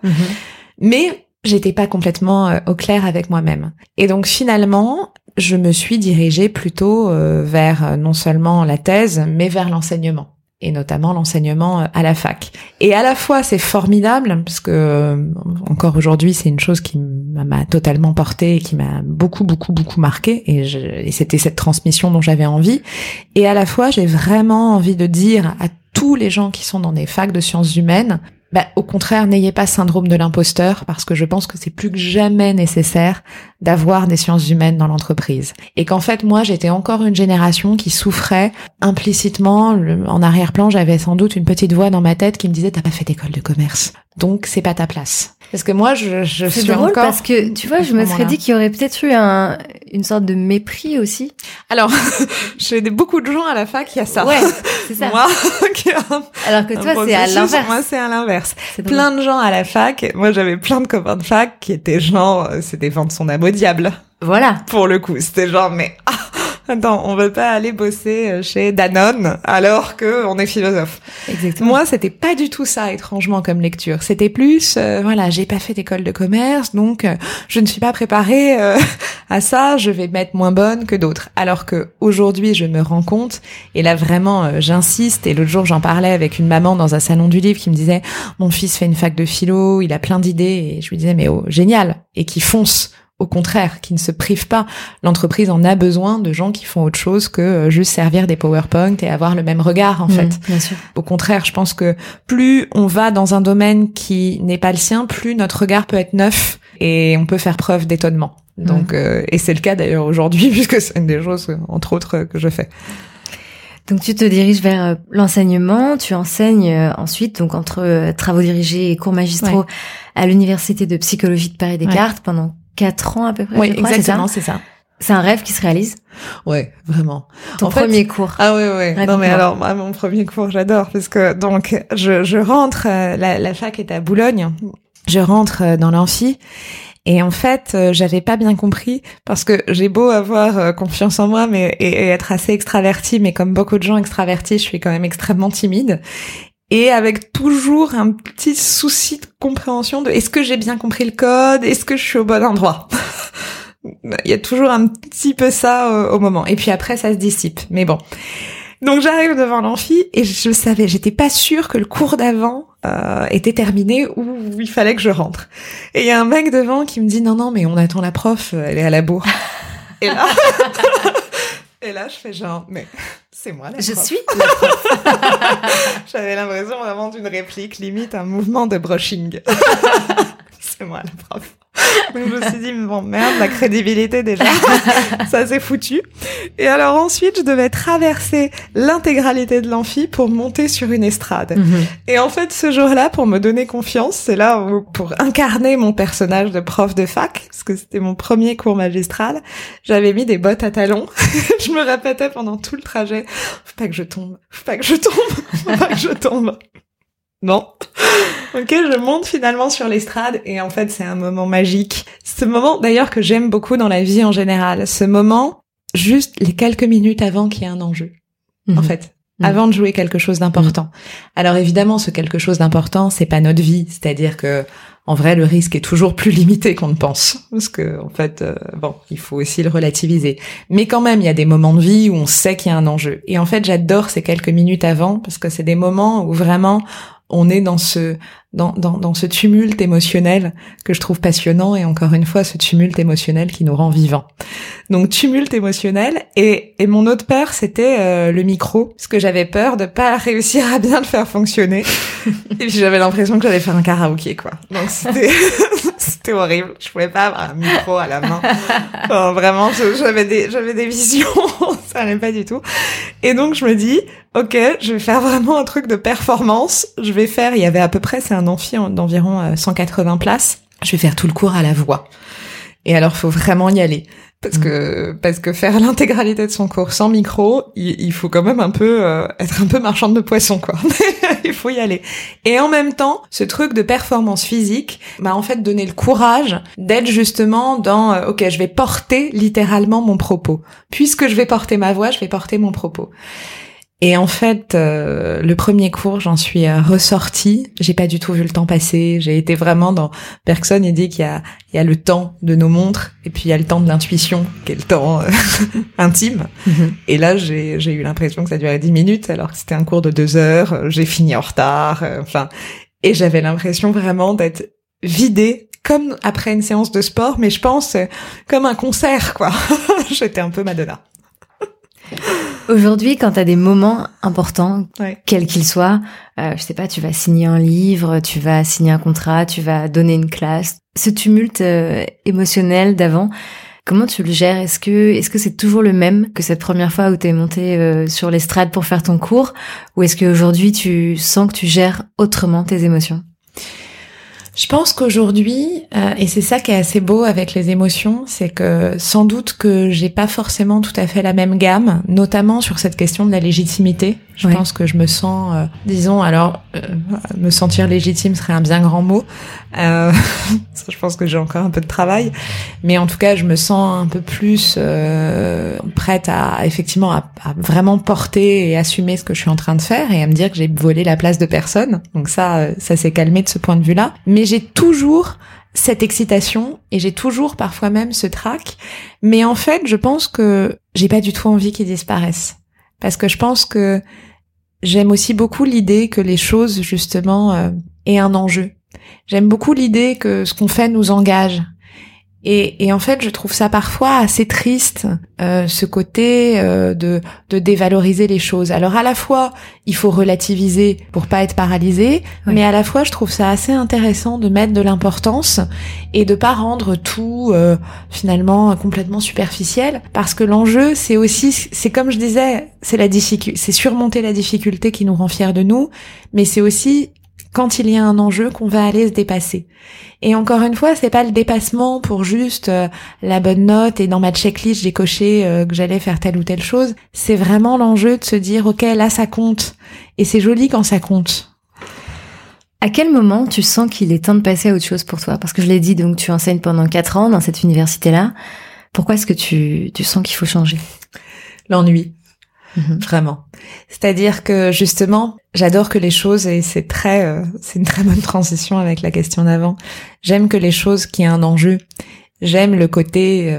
Mais j'étais pas complètement au clair avec moi-même. Et donc, finalement, je me suis dirigée plutôt vers non seulement la thèse, mais vers l'enseignement. Et notamment l'enseignement à la fac. Et à la fois, c'est formidable, parce que encore aujourd'hui, c'est une chose qui m'a totalement portée et qui m'a beaucoup marqué. Et c'était cette transmission dont j'avais envie. Et à la fois, j'ai vraiment envie de dire à tous les gens qui sont dans des facs de sciences humaines, au contraire, n'ayez pas syndrome de l'imposteur, parce que je pense que c'est plus que jamais nécessaire d'avoir des sciences humaines dans l'entreprise. Et qu'en fait, moi, j'étais encore une génération qui souffrait implicitement. En arrière-plan, j'avais sans doute une petite voix dans ma tête qui me disait « T'as pas fait d'école de commerce, donc c'est pas ta place ». Parce que moi, je suis drôle encore... parce que, tu vois, je me serais dit qu'il y aurait peut-être eu une sorte de mépris aussi. Alors, chez beaucoup de gens à la fac, il y a ça. Ouais, c'est ça. Moi, alors que toi, c'est à l'inverse. Moi, c'est à l'inverse. Plein de gens à la fac. Moi, j'avais plein de copains de fac qui étaient genre, c'était vendre son âme au diable. Voilà. Pour le coup, c'était genre, mais attends, on veut pas aller bosser chez Danone alors que on est philosophe. Exactement. Moi, c'était pas du tout ça, étrangement, comme lecture. C'était plus, j'ai pas fait d'école de commerce, donc je ne suis pas préparée à ça, je vais m'être moins bonne que d'autres. Alors que aujourd'hui, je me rends compte, et là vraiment, j'insiste, et l'autre jour, j'en parlais avec une maman dans un salon du livre qui me disait, mon fils fait une fac de philo, il a plein d'idées, et je lui disais, mais génial, et qui fonce. Au contraire, qui ne se prive pas. L'entreprise en a besoin de gens qui font autre chose que juste servir des PowerPoint et avoir le même regard, en fait. Bien sûr. Au contraire, je pense que plus on va dans un domaine qui n'est pas le sien, plus notre regard peut être neuf et on peut faire preuve d'étonnement. Donc, et c'est le cas d'ailleurs aujourd'hui, puisque c'est une des choses, entre autres, que je fais. Donc tu te diriges vers l'enseignement, tu enseignes ensuite donc entre travaux dirigés et cours magistraux à l'université de psychologie de Paris-Descartes pendant 4 ans à peu près. Oui, je crois, exactement, c'est ça. C'est un rêve qui se réalise. Ouais, vraiment. Ton premier cours. Ah ouais. Non mais alors, mon premier cours, j'adore parce que donc je rentre, la fac est à Boulogne. Je rentre dans l'amphi. Et en fait, j'avais pas bien compris parce que j'ai beau avoir confiance en moi, et être assez extravertie, mais comme beaucoup de gens extravertis, je suis quand même extrêmement timide. Et avec toujours un petit souci de compréhension de est-ce que j'ai bien compris le code, est-ce que je suis au bon endroit. Il y a toujours un petit peu ça au moment. Et puis après, ça se dissipe. Mais bon. Donc j'arrive devant l'amphi et je savais, j'étais pas sûre que le cours d'avant était terminé ou il fallait que je rentre. Et il y a un mec devant qui me dit non, mais on attend la prof, elle est à la bourre. Et là, je fais genre, mais c'est moi la prof. Je suis la prof. J'avais l'impression vraiment d'une réplique, limite un mouvement de brushing. C'est moi la prof. Donc je me suis dit, bon merde, la crédibilité déjà, ça c'est foutu. Et alors ensuite, je devais traverser l'intégralité de l'amphi pour monter sur une estrade. Et en fait, ce jour-là, pour me donner confiance, c'est là où, pour incarner mon personnage de prof de fac, parce que c'était mon premier cours magistral, j'avais mis des bottes à talons. Je me répétais pendant tout le trajet, faut pas que je tombe, faut pas que je tombe, faut pas que je tombe. Non. Ok, je monte finalement sur l'estrade et en fait, c'est un moment magique. Ce moment, d'ailleurs, que j'aime beaucoup dans la vie en général. Ce moment, juste les quelques minutes avant qu'il y ait un enjeu. En fait, avant de jouer quelque chose d'important. Alors évidemment, ce quelque chose d'important, c'est pas notre vie. C'est-à-dire que, en vrai, le risque est toujours plus limité qu'on ne pense. Parce que, en fait, il faut aussi le relativiser. Mais quand même, il y a des moments de vie où on sait qu'il y a un enjeu. Et en fait, j'adore ces quelques minutes avant parce que c'est des moments où vraiment on est dans ce tumulte émotionnel que je trouve passionnant et encore une fois ce tumulte émotionnel qui nous rend vivants. Donc tumulte émotionnel Et mon autre peur, c'était le micro, parce que j'avais peur de pas réussir à bien le faire fonctionner. Et puis j'avais l'impression que j'allais faire un karaoké, quoi. Donc c'était horrible. Je pouvais pas avoir un micro à la main. Enfin, vraiment, j'avais des visions, ça allait pas du tout. Et donc je me dis, ok, je vais faire vraiment un truc de performance. Il y avait à peu près, c'est un amphi d'environ 180 places. Je vais faire tout le cours à la voix. Et alors, faut vraiment y aller. Parce que faire l'intégralité de son cours sans micro, il faut quand même un peu être un peu marchande de poissons, quoi. Il faut y aller. Et en même temps, ce truc de performance physique m'a en fait donné le courage d'être justement dans ok, je vais porter littéralement mon propos. Puisque je vais porter ma voix, je vais porter mon propos. Et en fait, le premier cours, j'en suis ressortie. J'ai pas du tout vu le temps passer. J'ai été vraiment dans... Bergson, il dit qu'il y a le temps de nos montres, et puis il y a le temps de l'intuition, qui est le temps intime. Mm-hmm. Et là, j'ai eu l'impression que ça durait 10 minutes, alors que c'était un cours de 2 heures. J'ai fini en retard. Et j'avais l'impression vraiment d'être vidée, comme après une séance de sport, mais je pense comme un concert, quoi. J'étais un peu Madonna. Aujourd'hui, quand tu as des moments importants, ouais, quels qu'ils soient, je sais pas, tu vas signer un livre, tu vas signer un contrat, tu vas donner une classe, ce tumulte émotionnel d'avant, comment tu le gères? Est-ce que c'est toujours le même que cette première fois où tu es monté sur l'estrade pour faire ton cours, ou est-ce qu'aujourd'hui tu sens que tu gères autrement tes émotions? Je pense qu'aujourd'hui, et c'est ça qui est assez beau avec les émotions, c'est que sans doute que j'ai pas forcément tout à fait la même gamme, notamment sur cette question de la légitimité. Je pense que je me sens, me sentir légitime serait un bien grand mot. Je pense que j'ai encore un peu de travail, mais en tout cas, je me sens un peu plus prête à effectivement à vraiment porter et assumer ce que je suis en train de faire et à me dire que j'ai volé la place de personne. Donc ça s'est calmé de ce point de vue-là. Mais j'ai toujours cette excitation et j'ai toujours parfois même ce trac. Mais en fait, je pense que j'ai pas du tout envie qu'ils disparaissent. Parce que je pense que j'aime aussi beaucoup l'idée que les choses, justement, aient un enjeu. J'aime beaucoup l'idée que ce qu'on fait nous engage. Et en fait, je trouve ça parfois assez triste, ce côté de dévaloriser les choses. Alors à la fois, il faut relativiser pour pas être paralysé, oui, mais à la fois, je trouve ça assez intéressant de mettre de l'importance et de pas rendre tout finalement complètement superficiel, parce que l'enjeu, c'est aussi, c'est comme je disais, c'est surmonter la difficulté qui nous rend fiers de nous, mais c'est aussi quand il y a un enjeu qu'on va aller se dépasser. Et encore une fois, c'est pas le dépassement pour juste la bonne note et dans ma checklist j'ai coché que j'allais faire telle ou telle chose. C'est vraiment l'enjeu de se dire ok, là ça compte. Et c'est joli quand ça compte. À quel moment tu sens qu'il est temps de passer à autre chose pour toi? Parce que je l'ai dit, donc tu enseignes pendant 4 ans dans cette université-là. Pourquoi est-ce que tu sens qu'il faut changer? L'ennui. Vraiment. C'est-à-dire que justement, j'adore que les choses, et c'est une très bonne transition avec la question d'avant. J'aime que les choses qui aient un enjeu. J'aime le côté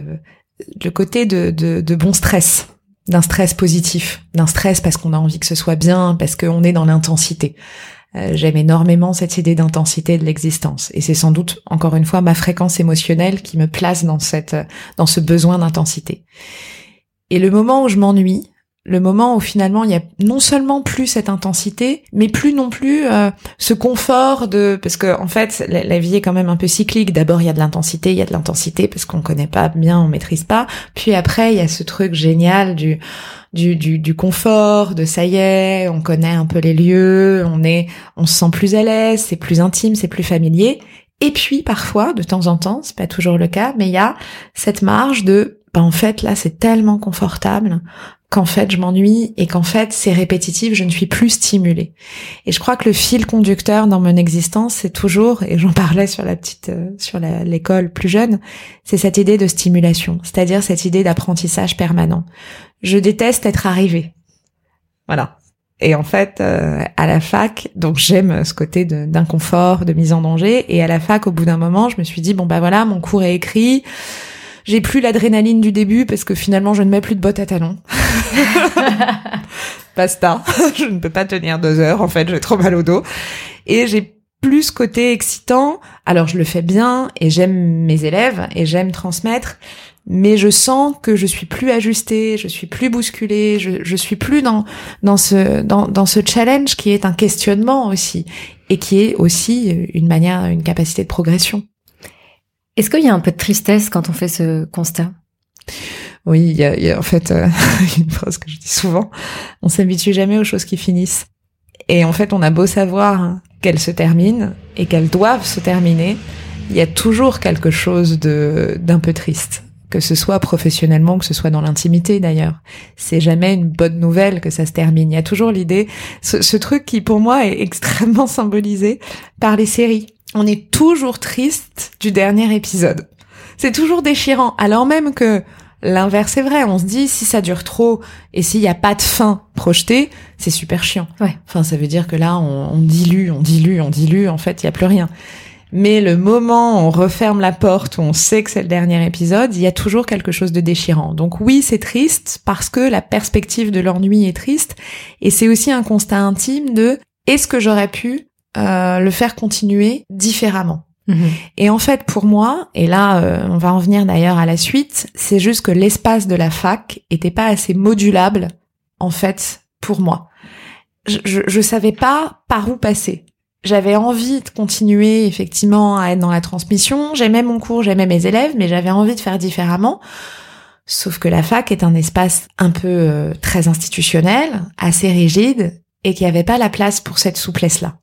de bon stress, d'un stress positif, d'un stress parce qu'on a envie que ce soit bien, parce qu'on est dans l'intensité. J'aime énormément cette idée d'intensité de l'existence, et c'est sans doute encore une fois ma fréquence émotionnelle qui me place dans ce besoin d'intensité. Et le moment où je m'ennuie, le moment où finalement il y a non seulement plus cette intensité, mais plus non plus ce confort parce que en fait la vie est quand même un peu cyclique. D'abord il y a de l'intensité parce qu'on connaît pas bien, on maîtrise pas. Puis après il y a ce truc génial du confort, de ça y est, on connaît un peu les lieux, on se sent plus à l'aise, c'est plus intime, c'est plus familier. Et puis parfois, de temps en temps, c'est pas toujours le cas, mais il y a cette marge de en fait là c'est tellement confortable qu'en fait je m'ennuie et qu'en fait c'est répétitif, je ne suis plus stimulée. Et je crois que le fil conducteur dans mon existence, c'est toujours, et j'en parlais sur l'école plus jeune, c'est cette idée de stimulation, c'est-à-dire cette idée d'apprentissage permanent. Je déteste être arrivée. Voilà. Et en fait, à la fac, donc j'aime ce côté d'inconfort, de mise en danger, et à la fac, au bout d'un moment, je me suis dit, bon bah voilà, mon cours est écrit, j'ai plus l'adrénaline du début parce que finalement je ne mets plus de bottes à talons. Basta. Je ne peux pas tenir 2 heures, en fait, j'ai trop mal au dos. Et j'ai plus ce côté excitant. Alors je le fais bien et j'aime mes élèves et j'aime transmettre. mais je sens que je suis plus ajustée, je suis plus bousculée, je suis plus dans ce challenge qui est un questionnement aussi, et qui est aussi une capacité de progression. Est-ce qu'il y a un peu de tristesse quand on fait ce constat? Oui, il y a en fait une phrase que je dis souvent, on s'habitue jamais aux choses qui finissent. Et en fait, on a beau savoir qu'elles se terminent et qu'elles doivent se terminer, il y a toujours quelque chose d'un peu triste, que ce soit professionnellement, que ce soit dans l'intimité d'ailleurs. C'est jamais une bonne nouvelle que ça se termine. Il y a toujours l'idée, ce truc qui pour moi est extrêmement symbolisé par les séries. On est toujours triste du dernier épisode. C'est toujours déchirant, alors même que l'inverse est vrai. On se dit, si ça dure trop et s'il n'y a pas de fin projetée, c'est super chiant. Ouais. Enfin, ça veut dire que là, on dilue. En fait, il n'y a plus rien. Mais le moment où on referme la porte, où on sait que c'est le dernier épisode, il y a toujours quelque chose de déchirant. Donc oui, c'est triste parce que la perspective de l'ennui est triste. Et c'est aussi un constat intime de, est-ce que j'aurais pu le faire continuer différemment? Et en fait, pour moi, et là, on va en venir d'ailleurs à la suite, c'est juste que l'espace de la fac était pas assez modulable, en fait, pour moi. Je savais pas par où passer. J'avais envie de continuer, effectivement, à être dans la transmission. J'aimais mon cours, j'aimais mes élèves, mais j'avais envie de faire différemment. Sauf que la fac est un espace un peu très institutionnel, assez rigide, et qu'il n'y avait pas la place pour cette souplesse-là.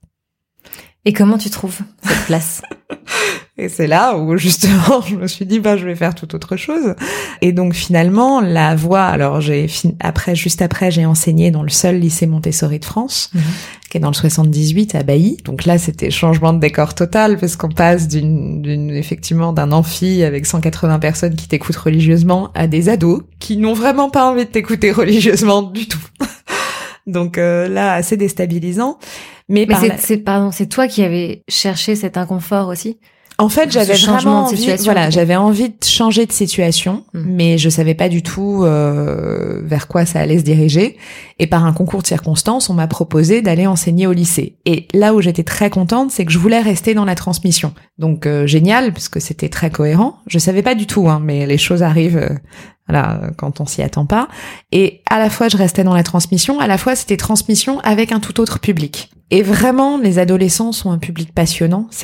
Et comment tu trouves cette place? Et c'est là où justement je me suis dit je vais faire tout autre chose. Et donc finalement la voie, alors juste après j'ai enseigné dans le seul lycée Montessori de France, qui est dans le 78 à Bailly. Donc là c'était changement de décor total parce qu'on passe effectivement d'un amphi avec 180 personnes qui t'écoutent religieusement à des ados qui n'ont vraiment pas envie de t'écouter religieusement du tout. Donc là assez déstabilisant. Mais c'est toi qui avais cherché cet inconfort aussi? En fait, j'avais vraiment j'avais envie de changer de situation, mais je savais pas du tout vers quoi ça allait se diriger. Et par un concours de circonstances, on m'a proposé d'aller enseigner au lycée. Et là où j'étais très contente, c'est que je voulais rester dans la transmission. Donc génial, parce que c'était très cohérent. Je savais pas du tout, mais les choses arrivent quand on s'y attend pas. Et à la fois, je restais dans la transmission, à la fois, c'était transmission avec un tout autre public. Et vraiment, les adolescents sont un public passionnant. C'est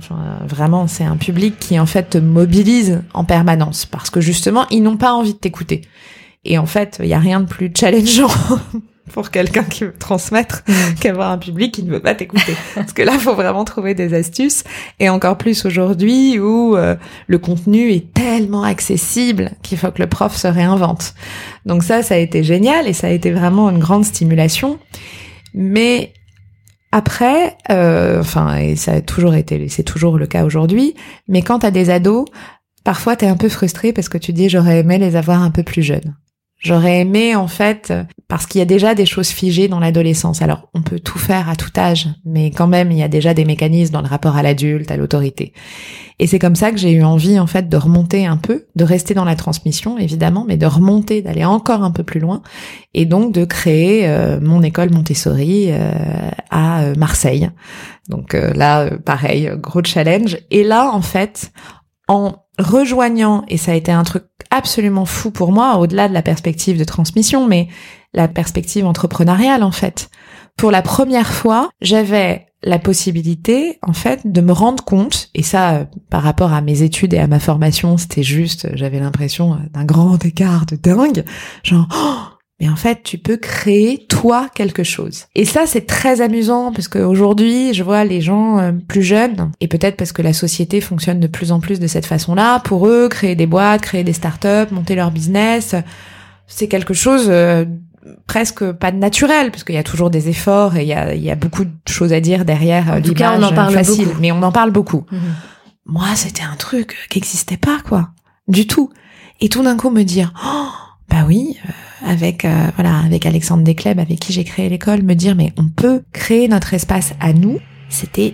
un public qui, en fait, te mobilise en permanence. Parce que, justement, ils n'ont pas envie de t'écouter. Et en fait, il y a rien de plus challengeant pour quelqu'un qui veut transmettre qu'avoir un public qui ne veut pas t'écouter. Parce que là, il faut vraiment trouver des astuces. Et encore plus aujourd'hui où le contenu est tellement accessible qu'il faut que le prof se réinvente. Donc ça a été génial et ça a été vraiment une grande stimulation. Mais après, et ça a toujours été, c'est toujours le cas aujourd'hui, mais quand t'as des ados, parfois t'es un peu frustré parce que tu dis j'aurais aimé les avoir un peu plus jeunes. J'aurais aimé, en fait, parce qu'il y a déjà des choses figées dans l'adolescence. Alors, on peut tout faire à tout âge, mais quand même, il y a déjà des mécanismes dans le rapport à l'adulte, à l'autorité. Et c'est comme ça que j'ai eu envie, en fait, de remonter un peu, de rester dans la transmission, évidemment, mais de remonter, d'aller encore un peu plus loin, et donc de créer mon école Montessori à Marseille. Donc là, pareil, gros challenge. Et là, en fait, en rejoignant, et ça a été un truc absolument fou pour moi, au-delà de la perspective de transmission, mais la perspective entrepreneuriale, en fait. Pour la première fois, j'avais la possibilité, en fait, de me rendre compte, et ça, par rapport à mes études et à ma formation, c'était juste, j'avais l'impression d'un grand écart de dingue, genre, mais en fait, tu peux créer, toi, quelque chose. Et ça, c'est très amusant, parce qu'aujourd'hui, je vois les gens plus jeunes, et peut-être parce que la société fonctionne de plus en plus de cette façon-là, pour eux, créer des boîtes, créer des startups, monter leur business, c'est quelque chose presque pas de naturel, parce qu'il y a toujours des efforts, et il y a beaucoup de choses à dire derrière l'image. En tout cas, on en parle facile, beaucoup. Mais on en parle beaucoup. Moi, c'était un truc qui n'existait pas, quoi. Du tout. Et tout d'un coup, me dire, oui, avec Alexandre Descleb, avec qui j'ai créé l'école, me dire mais on peut créer notre espace à nous, c'était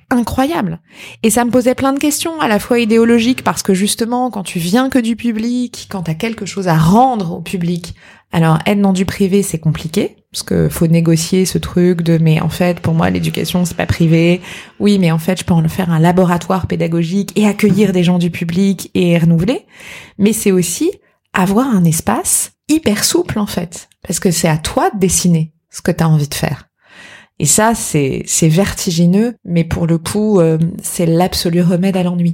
incroyable. Et ça me posait plein de questions, à la fois idéologiques, parce que justement, quand tu viens que du public, quand t'as quelque chose à rendre au public, alors être dans du privé, c'est compliqué, parce que faut négocier ce truc de, mais en fait, pour moi, l'éducation, c'est pas privé. Oui, mais en fait, je peux en faire un laboratoire pédagogique et accueillir des gens du public et renouveler. Mais c'est aussi avoir un espace hyper souple, en fait, parce que c'est à toi de dessiner ce que t'as envie de faire. Et ça, c'est vertigineux, mais pour le coup, c'est l'absolu remède à l'ennui.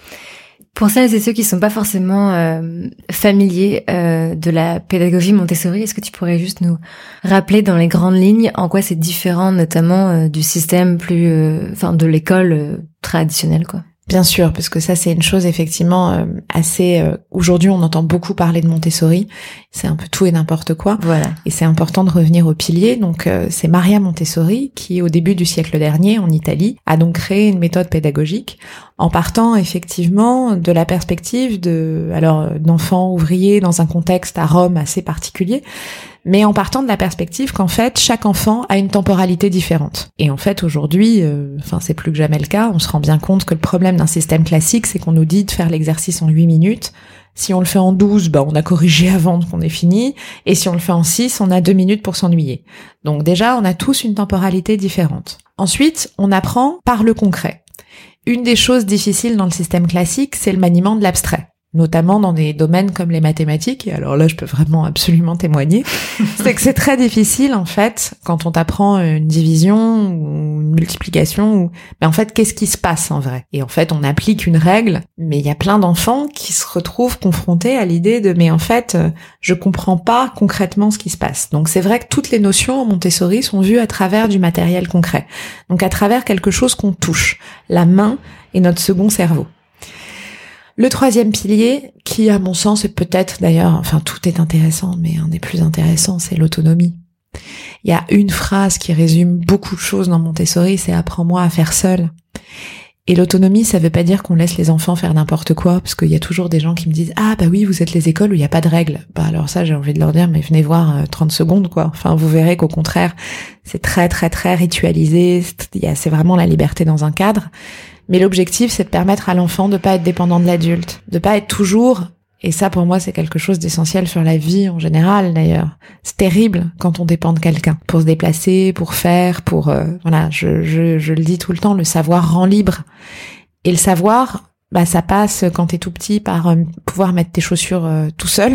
Pour celles et ceux qui sont pas forcément familiers de la pédagogie Montessori, est-ce que tu pourrais juste nous rappeler dans les grandes lignes en quoi c'est différent, notamment du système plus, de l'école traditionnelle, quoi? Bien sûr, parce que ça c'est une chose effectivement assez. Aujourd'hui, on entend beaucoup parler de Montessori. C'est un peu tout et n'importe quoi. Voilà. Et c'est important de revenir aux piliers. Donc, c'est Maria Montessori qui, au début du siècle dernier, en Italie, a donc créé une méthode pédagogique en partant effectivement de la perspective d'enfants ouvriers dans un contexte à Rome assez particulier. Mais en partant de la perspective qu'en fait, chaque enfant a une temporalité différente. Et en fait, aujourd'hui, c'est plus que jamais le cas, on se rend bien compte que le problème d'un système classique, c'est qu'on nous dit de faire l'exercice en 8 minutes. Si on le fait en 12, on a corrigé avant qu'on ait fini. Et si on le fait en 6, on a 2 minutes pour s'ennuyer. Donc déjà, on a tous une temporalité différente. Ensuite, on apprend par le concret. Une des choses difficiles dans le système classique, c'est le maniement de l'abstrait, notamment dans des domaines comme les mathématiques, et alors là je peux vraiment absolument témoigner, c'est que c'est très difficile en fait, quand on t'apprend une division ou une multiplication, en fait qu'est-ce qui se passe en vrai? Et en fait on applique une règle, mais il y a plein d'enfants qui se retrouvent confrontés à l'idée de mais en fait je comprends pas concrètement ce qui se passe. Donc c'est vrai que toutes les notions en Montessori sont vues à travers du matériel concret, donc à travers quelque chose qu'on touche, la main et notre second cerveau. Le troisième pilier, qui à mon sens est peut-être d'ailleurs, tout est intéressant, mais un des plus intéressants, c'est l'autonomie. Il y a une phrase qui résume beaucoup de choses dans Montessori, c'est « apprends-moi à faire seul ». Et l'autonomie, ça veut pas dire qu'on laisse les enfants faire n'importe quoi, parce qu'il y a toujours des gens qui me disent « Ah bah oui, vous êtes les écoles où il n'y a pas de règles ». Alors ça, j'ai envie de leur dire « Mais venez voir 30 secondes, quoi ». Vous verrez qu'au contraire, c'est très très très ritualisé, c'est vraiment la liberté dans un cadre. Mais l'objectif, c'est de permettre à l'enfant de pas être dépendant de l'adulte, de pas être toujours, et ça pour moi c'est quelque chose d'essentiel sur la vie en général d'ailleurs. C'est terrible quand on dépend de quelqu'un pour se déplacer, pour faire, je le dis tout le temps, le savoir rend libre. Et le savoir, ça passe quand t'es tout petit par pouvoir mettre tes chaussures tout seul.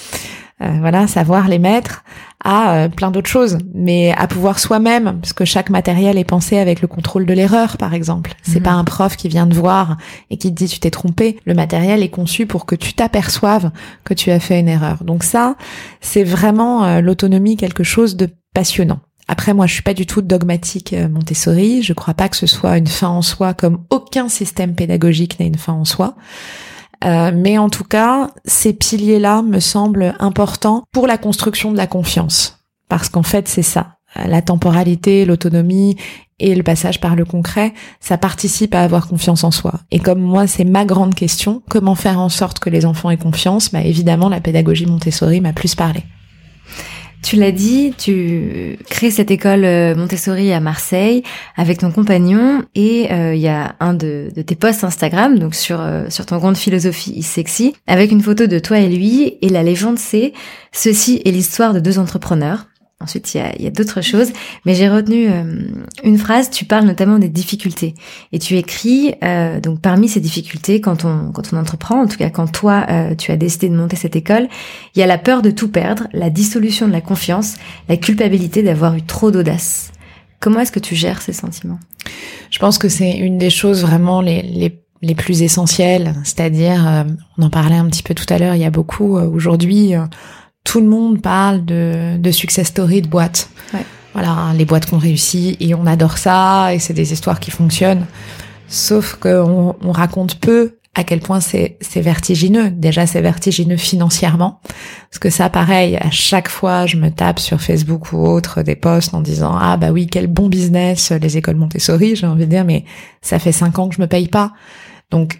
Savoir les mettre à plein d'autres choses, mais à pouvoir soi-même, parce que chaque matériel est pensé avec le contrôle de l'erreur, par exemple. C'est pas un prof qui vient te voir et qui te dit tu t'es trompé. Le matériel est conçu pour que tu t'aperçoives que tu as fait une erreur. Donc ça, c'est vraiment l'autonomie, quelque chose de passionnant. Après, moi, je suis pas du tout dogmatique Montessori. Je crois pas que ce soit une fin en soi, comme aucun système pédagogique n'est une fin en soi. Mais en tout cas, ces piliers-là me semblent importants pour la construction de la confiance. Parce qu'en fait, c'est ça. La temporalité, l'autonomie et le passage par le concret, ça participe à avoir confiance en soi. Et comme moi, c'est ma grande question, comment faire en sorte que les enfants aient confiance? Évidemment, la pédagogie Montessori m'a plus parlé. Tu l'as dit, tu crées cette école Montessori à Marseille avec ton compagnon et il y a un de tes posts Instagram, donc sur ton compte Philosophie is Sexy, avec une photo de toi et lui, et la légende c'est « Ceci est l'histoire de deux entrepreneurs ». Ensuite, il y a d'autres choses, mais j'ai retenu une phrase, tu parles notamment des difficultés. Et tu écris, donc parmi ces difficultés, quand on entreprend, en tout cas quand toi, tu as décidé de monter cette école, il y a la peur de tout perdre, la dissolution de la confiance, la culpabilité d'avoir eu trop d'audace. Comment est-ce que tu gères ces sentiments? Je pense que c'est une des choses vraiment les plus essentielles, c'est-à-dire, on en parlait un petit peu tout à l'heure, il y a beaucoup aujourd'hui... tout le monde parle de success story de boîtes. Ouais. Voilà, les boîtes qu'on réussit et on adore ça et c'est des histoires qui fonctionnent. Sauf qu'on raconte peu à quel point c'est vertigineux. Déjà, c'est vertigineux financièrement. Parce que ça, pareil, à chaque fois, je me tape sur Facebook ou autre des posts en disant « Ah bah oui, quel bon business, les écoles Montessori », j'ai envie de dire, mais ça fait 5 ans que je me paye pas. Donc,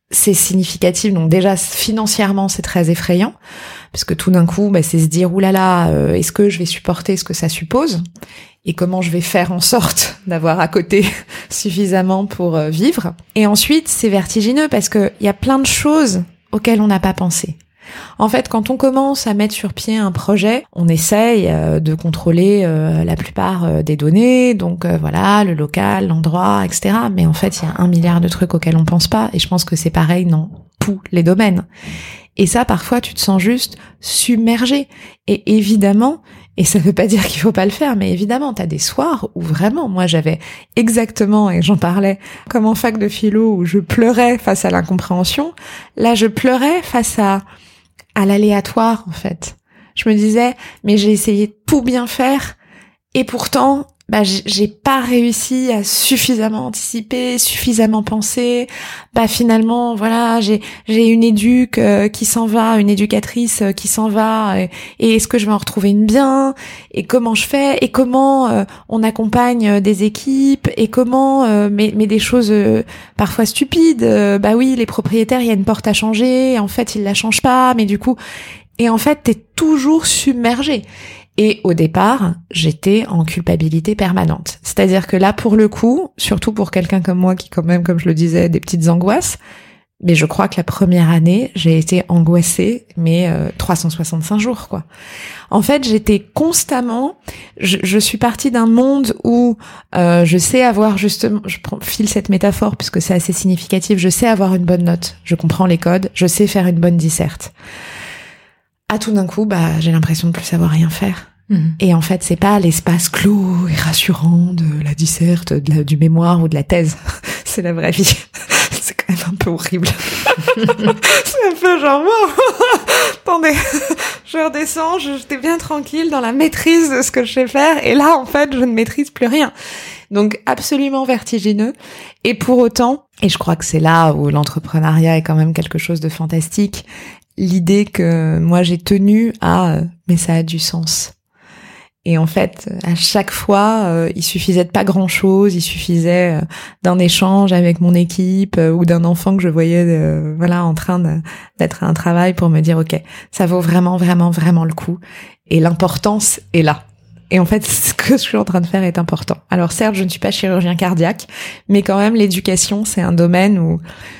c'est significatif. Donc déjà, financièrement, c'est très effrayant, parce que tout d'un coup, c'est se dire, oulala, est-ce que je vais supporter ce que ça suppose ? Et comment je vais faire en sorte d'avoir à côté suffisamment pour vivre. Et ensuite, c'est vertigineux, parce que il y a plein de choses auxquelles on n'a pas pensé. En fait, quand on commence à mettre sur pied un projet, on essaye de contrôler la plupart des données, donc voilà, le local, l'endroit, etc. Mais en fait, il y a 1 milliard de trucs auxquels on pense pas, et je pense que c'est pareil dans tous les domaines. Et ça, parfois, tu te sens juste submergé. Et évidemment, et ça veut pas dire qu'il faut pas le faire, mais évidemment, t'as des soirs où vraiment, moi j'avais exactement, et j'en parlais, comme en fac de philo, où je pleurais face à l'incompréhension. Là, je pleurais face à l'aléatoire, en fait. Je me disais, mais j'ai essayé de tout bien faire, et pourtant, j'ai pas réussi à suffisamment anticiper, suffisamment penser. Finalement, voilà, j'ai une éduque qui s'en va, une éducatrice qui s'en va, et est-ce que je vais en retrouver une bien ? Et comment je fais ? Et comment on accompagne des équipes ? Et comment mais des choses parfois stupides. Oui, les propriétaires, il y a une porte à changer, et en fait, ils la changent pas, mais du coup, et en fait, t'es toujours submergé. Et au départ, j'étais en culpabilité permanente. C'est-à-dire que là, pour le coup, surtout pour quelqu'un comme moi qui, quand même, comme je le disais, des petites angoisses, mais je crois que la première année, j'ai été angoissée, mais 365 jours, quoi. En fait, j'étais constamment... Je suis partie d'un monde où je sais avoir justement... Je file cette métaphore puisque c'est assez significatif. Je sais avoir une bonne note. Je comprends les codes. Je sais faire une bonne disserte. Tout d'un coup, j'ai l'impression de plus savoir rien faire. Et en fait, c'est pas l'espace clos et rassurant de la disserte, du mémoire ou de la thèse. C'est la vraie vie. C'est quand même un peu horrible. C'est un peu genre, attendez, je redescends, j'étais bien tranquille dans la maîtrise de ce que je sais faire, et là, en fait, je ne maîtrise plus rien. Donc, absolument vertigineux. Et pour autant, et je crois que c'est là où l'entrepreneuriat est quand même quelque chose de fantastique, l'idée que moi j'ai tenue mais ça a du sens. Et en fait, à chaque fois, il suffisait de pas grand-chose, il suffisait d'un échange avec mon équipe ou d'un enfant que je voyais en train d'être à un travail pour me dire OK, ça vaut vraiment vraiment vraiment le coup, et l'importance est là. Et en fait, ce que je suis en train de faire est important. Alors certes, je ne suis pas chirurgien cardiaque, mais quand même l'éducation, c'est un domaine où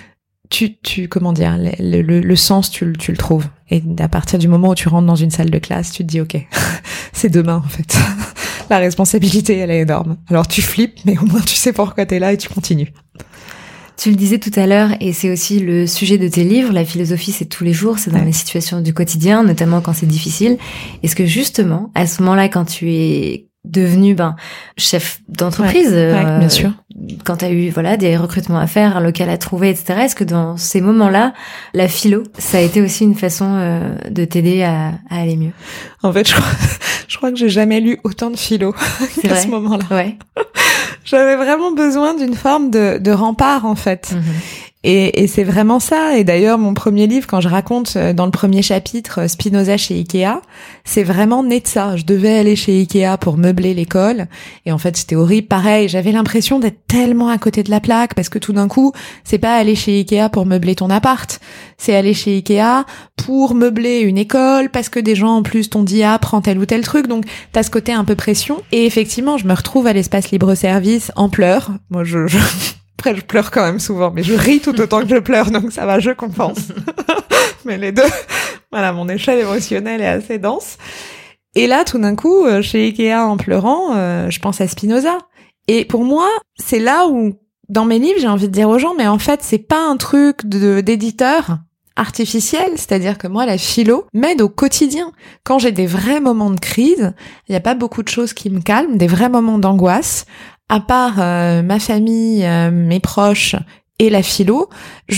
comment dire, le sens, tu le trouves. Et à partir du moment où tu rentres dans une salle de classe, tu te dis, OK, c'est demain, en fait. La responsabilité, elle est énorme. Alors tu flippes, mais au moins tu sais pourquoi t'es là et tu continues. Tu le disais tout à l'heure, et c'est aussi le sujet de tes livres, la philosophie, c'est tous les jours, c'est dans les situations du quotidien, notamment quand c'est difficile. Est-ce que justement, à ce moment-là, quand tu es devenu chef d'entreprise, bien sûr, quand tu as eu des recrutements à faire, un local à trouver, etc., est-ce que dans ces moments-là, la philo, ça a été aussi une façon de t'aider à aller mieux ? En fait, je crois que j'ai jamais lu autant de philo qu'à ce moment-là. Ouais. J'avais vraiment besoin d'une forme de rempart, en fait. Et c'est vraiment ça. Et d'ailleurs, mon premier livre, quand je raconte dans le premier chapitre Spinoza chez Ikea, c'est vraiment né de ça. Je devais aller chez Ikea pour meubler l'école. Et en fait, c'était horrible. Pareil, j'avais l'impression d'être tellement à côté de la plaque, parce que tout d'un coup, c'est pas aller chez Ikea pour meubler ton appart. C'est aller chez Ikea pour meubler une école, parce que des gens en plus t'ont dit prends tel ou tel truc. Donc, t'as ce côté un peu pression. Et effectivement, je me retrouve à l'espace libre-service en pleurs. Moi, Après, je pleure quand même souvent, mais je ris tout autant que je pleure, donc ça va, je compense. Mais les deux, voilà, mon échelle émotionnelle est assez dense. Et là, tout d'un coup, chez Ikea, en pleurant, je pense à Spinoza. Et pour moi, c'est là où, dans mes livres, j'ai envie de dire aux gens, mais en fait, c'est pas un truc d'éditeur artificiel, c'est-à-dire que moi, la philo m'aide au quotidien. Quand j'ai des vrais moments de crise, il n'y a pas beaucoup de choses qui me calment, des vrais moments d'angoisse. À part ma famille, mes proches et la philo,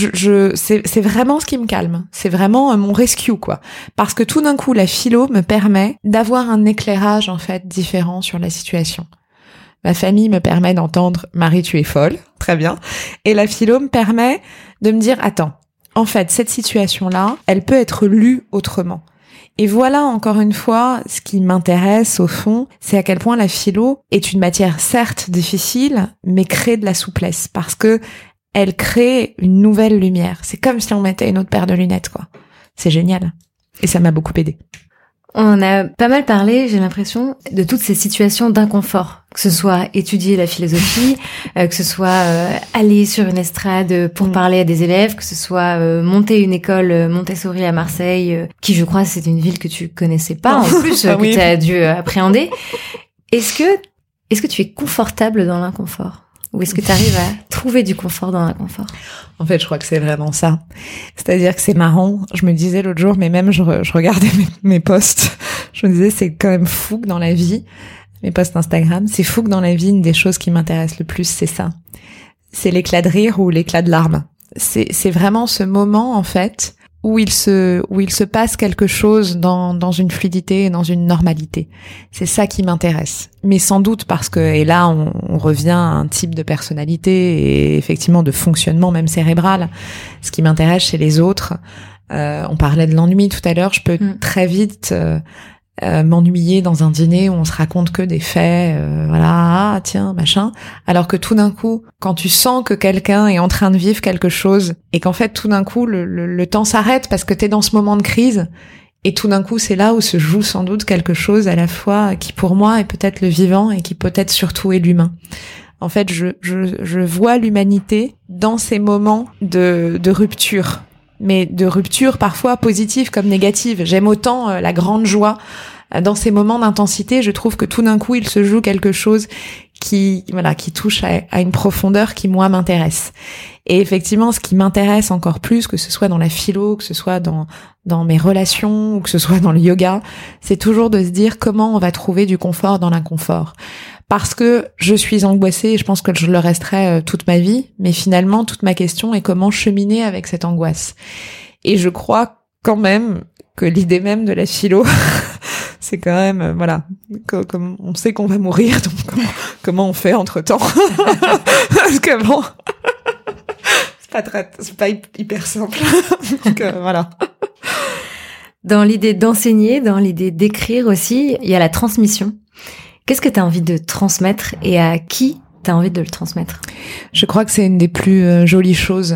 c'est vraiment ce qui me calme. C'est vraiment mon rescue, quoi. Parce que tout d'un coup, la philo me permet d'avoir un éclairage, en fait, différent sur la situation. Ma famille me permet d'entendre « Marie, tu es folle », très bien. Et la philo me permet de me dire « Attends, en fait, cette situation-là, elle peut être lue autrement ». Et voilà, encore une fois, ce qui m'intéresse au fond, c'est à quel point la philo est une matière certes difficile, mais crée de la souplesse, parce que elle crée une nouvelle lumière. C'est comme si on mettait une autre paire de lunettes, quoi. C'est génial. Et ça m'a beaucoup aidée. On a pas mal parlé, j'ai l'impression, de toutes ces situations d'inconfort. Que ce soit étudier la philosophie, que ce soit aller sur une estrade pour parler à des élèves, que ce soit monter une école Montessori à Marseille, qui je crois c'est une ville que tu connaissais pas en plus, que tu as dû appréhender. Est-ce que tu es confortable dans l'inconfort? Ou est-ce que tu arrives à trouver du confort dans l'inconfort? En fait, je crois que c'est vraiment ça. C'est-à-dire que c'est marrant. Je me disais l'autre jour, mais même je regardais mes posts, je me disais c'est quand même fou que dans la vie, mes posts Instagram, c'est fou que dans la vie, une des choses qui m'intéresse le plus, c'est ça. C'est l'éclat de rire ou l'éclat de larmes. C'est vraiment ce moment, en fait, où il se passe quelque chose dans une fluidité et dans une normalité. C'est ça qui m'intéresse. Mais sans doute parce que, et là on revient à un type de personnalité et effectivement de fonctionnement même cérébral. Ce qui m'intéresse chez les autres, on parlait de l'ennui tout à l'heure, je peux très vite m'ennuyer dans un dîner où on se raconte que des faits, voilà, ah, tiens, machin. Alors que tout d'un coup, quand tu sens que quelqu'un est en train de vivre quelque chose et qu'en fait tout d'un coup le temps s'arrête parce que t'es dans ce moment de crise et tout d'un coup c'est là où se joue sans doute quelque chose à la fois qui pour moi est peut-être le vivant et qui peut-être surtout est l'humain. En fait, je vois l'humanité dans ces moments de rupture. Mais de rupture parfois positive comme négative. J'aime autant la grande joie. Dans ces moments d'intensité, je trouve que tout d'un coup, il se joue quelque chose qui touche à une profondeur qui, moi, m'intéresse. Et effectivement, ce qui m'intéresse encore plus, que ce soit dans la philo, que ce soit dans mes relations, ou que ce soit dans le yoga, c'est toujours de se dire comment on va trouver du confort dans l'inconfort. Parce que je suis angoissée et je pense que je le resterai toute ma vie, mais finalement, toute ma question est comment cheminer avec cette angoisse. Et je crois quand même que l'idée même de la philo, c'est quand même, voilà, comme on sait qu'on va mourir, donc comment on fait entre-temps. Parce que bon, c'est pas hyper simple. Donc voilà. Dans l'idée d'enseigner, dans l'idée d'écrire aussi, il y a la transmission. Qu'est-ce que tu as envie de transmettre et à qui tu as envie de le transmettre? Je crois que c'est une des plus jolies choses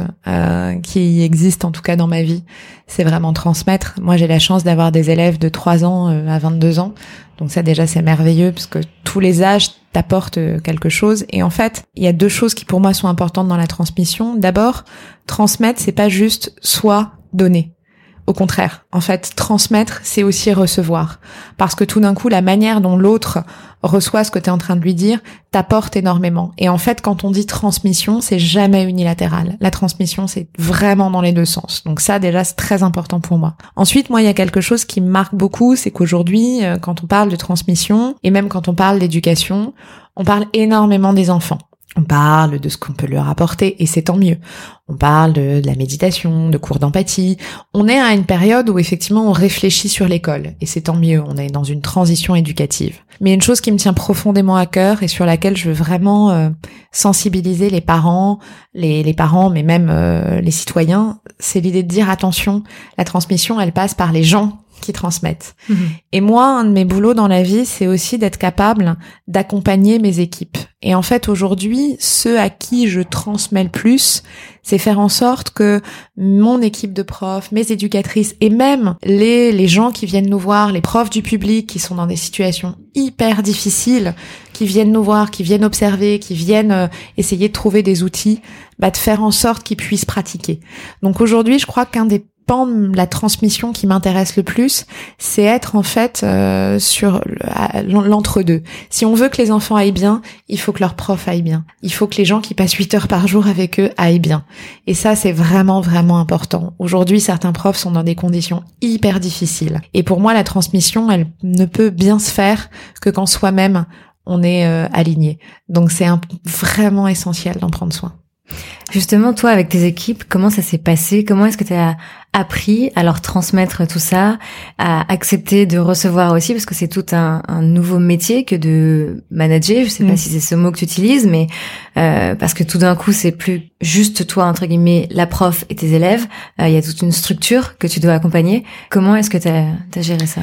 qui existent, en tout cas dans ma vie. C'est vraiment transmettre. Moi, j'ai la chance d'avoir des élèves de 3 ans à 22 ans. Donc ça, déjà, c'est merveilleux parce que tous les âges t'apportent quelque chose. Et en fait, il y a 2 choses qui, pour moi, sont importantes dans la transmission. D'abord, transmettre, c'est pas juste soit donner. Au contraire, en fait, transmettre, c'est aussi recevoir. Parce que tout d'un coup, la manière dont l'autre reçoit ce que tu es en train de lui dire t'apporte énormément. Et en fait, quand on dit transmission, c'est jamais unilatéral. La transmission, c'est vraiment dans les 2 sens. Donc ça, déjà, c'est très important pour moi. Ensuite, moi, il y a quelque chose qui me marque beaucoup, c'est qu'aujourd'hui, quand on parle de transmission, et même quand on parle d'éducation, on parle énormément des enfants. On parle de ce qu'on peut leur apporter, et c'est tant mieux. On parle de la méditation, de cours d'empathie. On est à une période où effectivement on réfléchit sur l'école, et c'est tant mieux. On est dans une transition éducative. Mais une chose qui me tient profondément à cœur et sur laquelle je veux vraiment sensibiliser les parents, les parents, mais même les citoyens, c'est l'idée de dire attention, la transmission, elle passe par les gens qui transmettent. Mmh. Et moi, un de mes boulots dans la vie, c'est aussi d'être capable d'accompagner mes équipes. Et en fait, aujourd'hui, ceux à qui je transmets le plus, c'est faire en sorte que mon équipe de profs, mes éducatrices et même les gens qui viennent nous voir, les profs du public qui sont dans des situations hyper difficiles, qui viennent nous voir, qui viennent observer, qui viennent essayer de trouver des outils, de faire en sorte qu'ils puissent pratiquer. Donc aujourd'hui, je crois qu'un des pans de la transmission qui m'intéresse le plus, c'est être en fait sur l'entre-deux. Si on veut que les enfants aillent bien, il faut que leurs profs aillent bien. Il faut que les gens qui passent 8 heures par jour avec eux aillent bien. Et ça, c'est vraiment, vraiment important. Aujourd'hui, certains profs sont dans des conditions hyper difficiles. Et pour moi, la transmission, elle ne peut bien se faire que quand soi-même, on est aligné. Donc c'est vraiment essentiel d'en prendre soin. Justement, toi, avec tes équipes, comment ça s'est passé? Comment est-ce que tu as appris à leur transmettre tout ça, à accepter de recevoir aussi, parce que c'est tout un nouveau métier que de manager. Je sais pas si c'est ce mot que tu utilises, mais parce que tout d'un coup, c'est plus juste toi, entre guillemets, la prof et tes élèves. Il y a toute une structure que tu dois accompagner. Comment est-ce que t'as géré ça?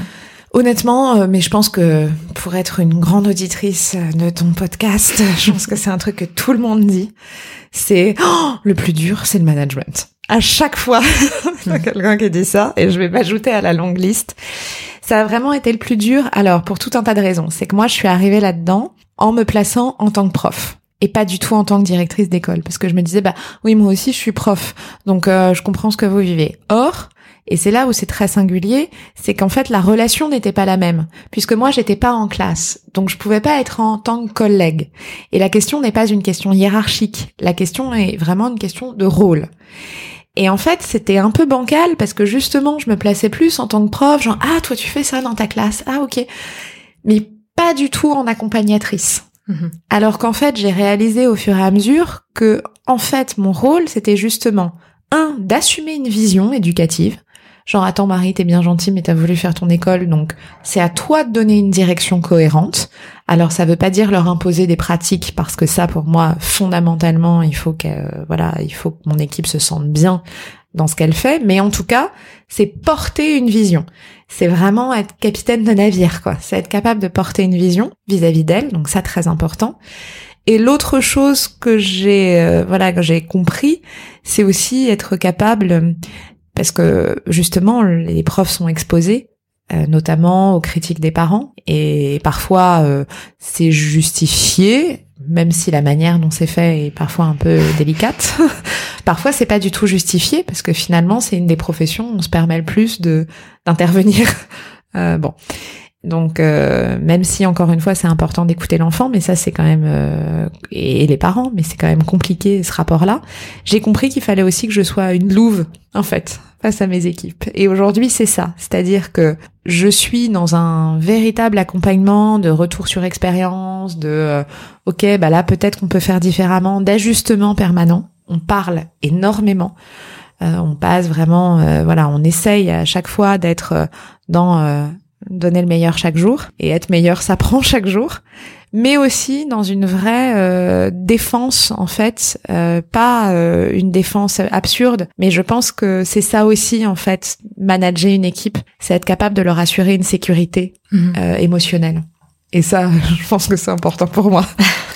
Honnêtement, mais je pense que pour être une grande auditrice de ton podcast, je pense que c'est un truc que tout le monde dit. C'est le plus dur, c'est le management. À chaque fois, il y a quelqu'un qui dit ça, et je vais m'ajouter à la longue liste. Ça a vraiment été le plus dur. Alors, pour tout un tas de raisons. C'est que moi, je suis arrivée là-dedans en me plaçant en tant que prof. Et pas du tout en tant que directrice d'école. Parce que je me disais, oui, moi aussi, je suis prof. Donc, je comprends ce que vous vivez. Or, et c'est là où c'est très singulier, c'est qu'en fait, la relation n'était pas la même. Puisque moi, j'étais pas en classe. Donc, je pouvais pas être en tant que collègue. Et la question n'est pas une question hiérarchique. La question est vraiment une question de rôle. Et en fait, c'était un peu bancal parce que justement, je me plaçais plus en tant que prof, genre, ah, toi, tu fais ça dans ta classe. Ah, ok. Mais pas du tout en accompagnatrice. Alors qu'en fait, j'ai réalisé au fur et à mesure que, en fait, mon rôle, c'était justement, d'assumer une vision éducative. Genre, attends Marie, t'es bien gentille, mais t'as voulu faire ton école, donc c'est à toi de donner une direction cohérente. Alors, ça veut pas dire leur imposer des pratiques, parce que ça, pour moi, fondamentalement, il faut que mon équipe se sente bien dans ce qu'elle fait, mais en tout cas, c'est porter une vision. C'est vraiment être capitaine de navire, quoi. C'est être capable de porter une vision vis-à-vis d'elle, donc ça, très important. Et l'autre chose que j'ai compris, c'est aussi être capable, parce que justement, les profs sont exposés, notamment aux critiques des parents, et parfois c'est justifié, même si la manière dont c'est fait est parfois un peu délicate. Parfois c'est pas du tout justifié, parce que finalement c'est une des professions où on se permet le plus d'intervenir. Donc même si encore une fois c'est important d'écouter l'enfant, mais ça c'est quand même et les parents, mais c'est quand même compliqué ce rapport-là. J'ai compris qu'il fallait aussi que je sois une louve en fait face à mes équipes. Et aujourd'hui c'est ça, c'est-à-dire que je suis dans un véritable accompagnement de retour sur expérience, de ok là peut-être qu'on peut faire différemment, d'ajustement permanent. On parle énormément. On passe vraiment on essaye à chaque fois d'être dans donner le meilleur chaque jour, et être meilleur s'apprend chaque jour, mais aussi dans une vraie défense en fait, pas une défense absurde, mais je pense que c'est ça aussi en fait, manager une équipe, c'est être capable de leur assurer une sécurité émotionnelle, et ça je pense que c'est important pour moi.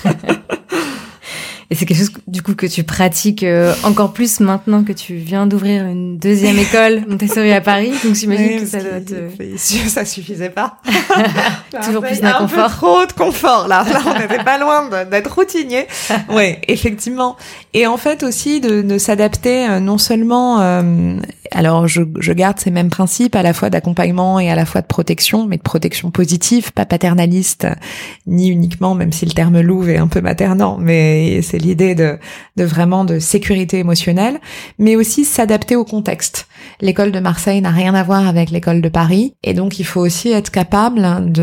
Et c'est quelque chose, du coup, que tu pratiques encore plus maintenant que tu viens d'ouvrir une deuxième école Montessori à Paris. Donc, j'imagine que ça doit te... Ça suffisait pas. Toujours plus d'inconfort. Un peu trop de confort, là. Là, on n'était pas loin d'être routinier. Oui, effectivement. Et en fait, aussi, de s'adapter non seulement... alors, je garde ces mêmes principes, à la fois d'accompagnement et à la fois de protection, mais de protection positive, pas paternaliste, ni uniquement, même si le terme louve est un peu maternant, mais c'est l'idée de vraiment de sécurité émotionnelle, mais aussi s'adapter au contexte. L'école de Marseille n'a rien à voir avec l'école de Paris, et donc il faut aussi être capable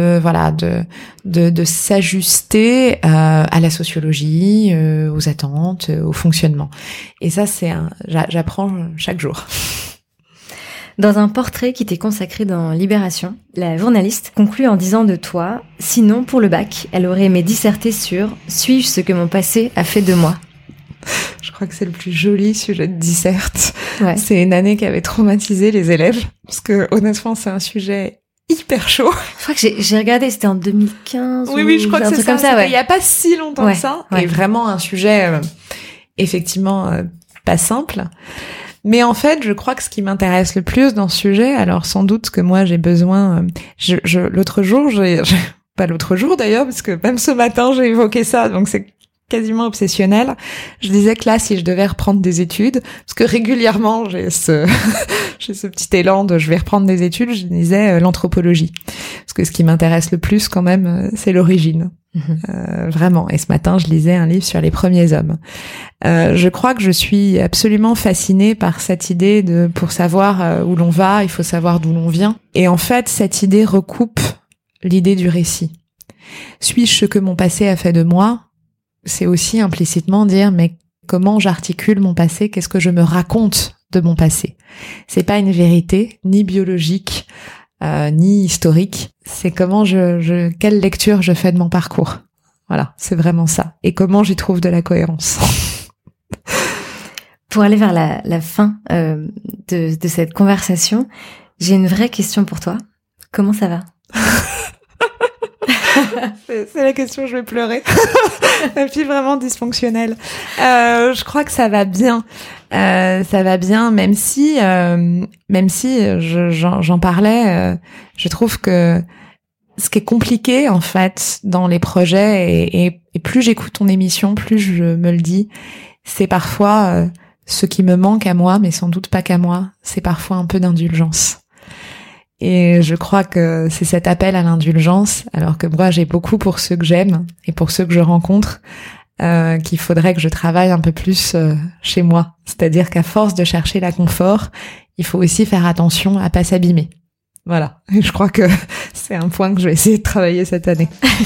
de s'ajuster à la sociologie, aux attentes, au fonctionnement. Et ça, j'apprends chaque jour. Dans un portrait qui t'est consacré dans Libération, la journaliste conclut en disant de toi « Sinon, pour le bac, elle aurait aimé disserter sur « Suis-je ce que mon passé a fait de moi ?» Je crois que c'est le plus joli sujet de disserte. Ouais. C'est une année qui avait traumatisé les élèves, parce que honnêtement, c'est un sujet hyper chaud. Je crois que j'ai regardé, c'était en 2015. Oui, je crois que c'est ça. Comme ça, ouais. Il y a pas si longtemps que ça. Ouais. Et vraiment un sujet, effectivement, pas simple. Mais en fait, je crois que ce qui m'intéresse le plus dans ce sujet, alors sans doute que moi j'ai besoin, l'autre jour, pas l'autre jour d'ailleurs, parce que même ce matin j'ai évoqué ça, donc c'est quasiment obsessionnel. Je disais que là, si je devais reprendre des études, parce que régulièrement j'ai ce petit élan de je vais reprendre des études, je disais l'anthropologie, parce que ce qui m'intéresse le plus quand même, c'est l'origine. Vraiment. Et ce matin, je lisais un livre sur les premiers hommes. Je crois que je suis absolument fascinée par cette idée de, pour savoir où l'on va, il faut savoir d'où l'on vient. Et en fait, cette idée recoupe l'idée du récit. Suis-je ce que mon passé a fait de moi? C'est aussi implicitement dire, mais comment j'articule mon passé? Qu'est-ce que je me raconte de mon passé? C'est pas une vérité, ni biologique, ni historique. C'est comment quelle lecture je fais de mon parcours. Voilà, c'est vraiment ça. Et comment j'y trouve de la cohérence. Pour aller vers la fin de cette conversation, j'ai une vraie question pour toi. Comment ça va? C'est la question, je vais pleurer. Ma fille vraiment dysfonctionnelle. Je crois que ça va bien. Ça va bien, même si j'en parlais. Je trouve que ce qui est compliqué en fait dans les projets, et plus j'écoute ton émission, plus je me le dis, c'est parfois ce qui me manque à moi, mais sans doute pas qu'à moi. C'est parfois un peu d'indulgence. Et je crois que c'est cet appel à l'indulgence, alors que moi j'ai beaucoup pour ceux que j'aime et pour ceux que je rencontre, qu'il faudrait que je travaille un peu plus chez moi. C'est-à-dire qu'à force de chercher la confort, il faut aussi faire attention à pas s'abîmer. Voilà. Et je crois que c'est un point que je vais essayer de travailler cette année.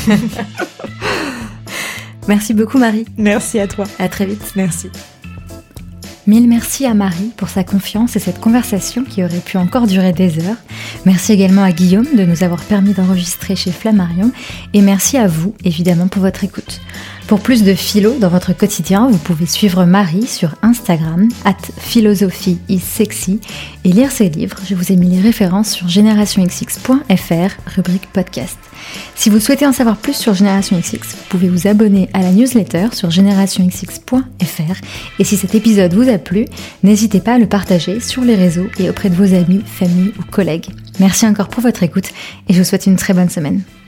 Merci beaucoup Marie. Merci à toi. À très vite. Merci. Mille merci à Marie pour sa confiance et cette conversation qui aurait pu encore durer des heures. Merci également à Guillaume de nous avoir permis d'enregistrer chez Flammarion. Et merci à vous, évidemment, pour votre écoute. Pour plus de philo dans votre quotidien, vous pouvez suivre Marie sur Instagram, @philosophyissexy, et lire ses livres. Je vous ai mis les références sur generationxx.fr, rubrique podcast. Si vous souhaitez en savoir plus sur Génération XX, vous pouvez vous abonner à la newsletter sur generationxx.fr. Et si cet épisode vous a plu, n'hésitez pas à le partager sur les réseaux et auprès de vos amis, familles ou collègues. Merci encore pour votre écoute et je vous souhaite une très bonne semaine.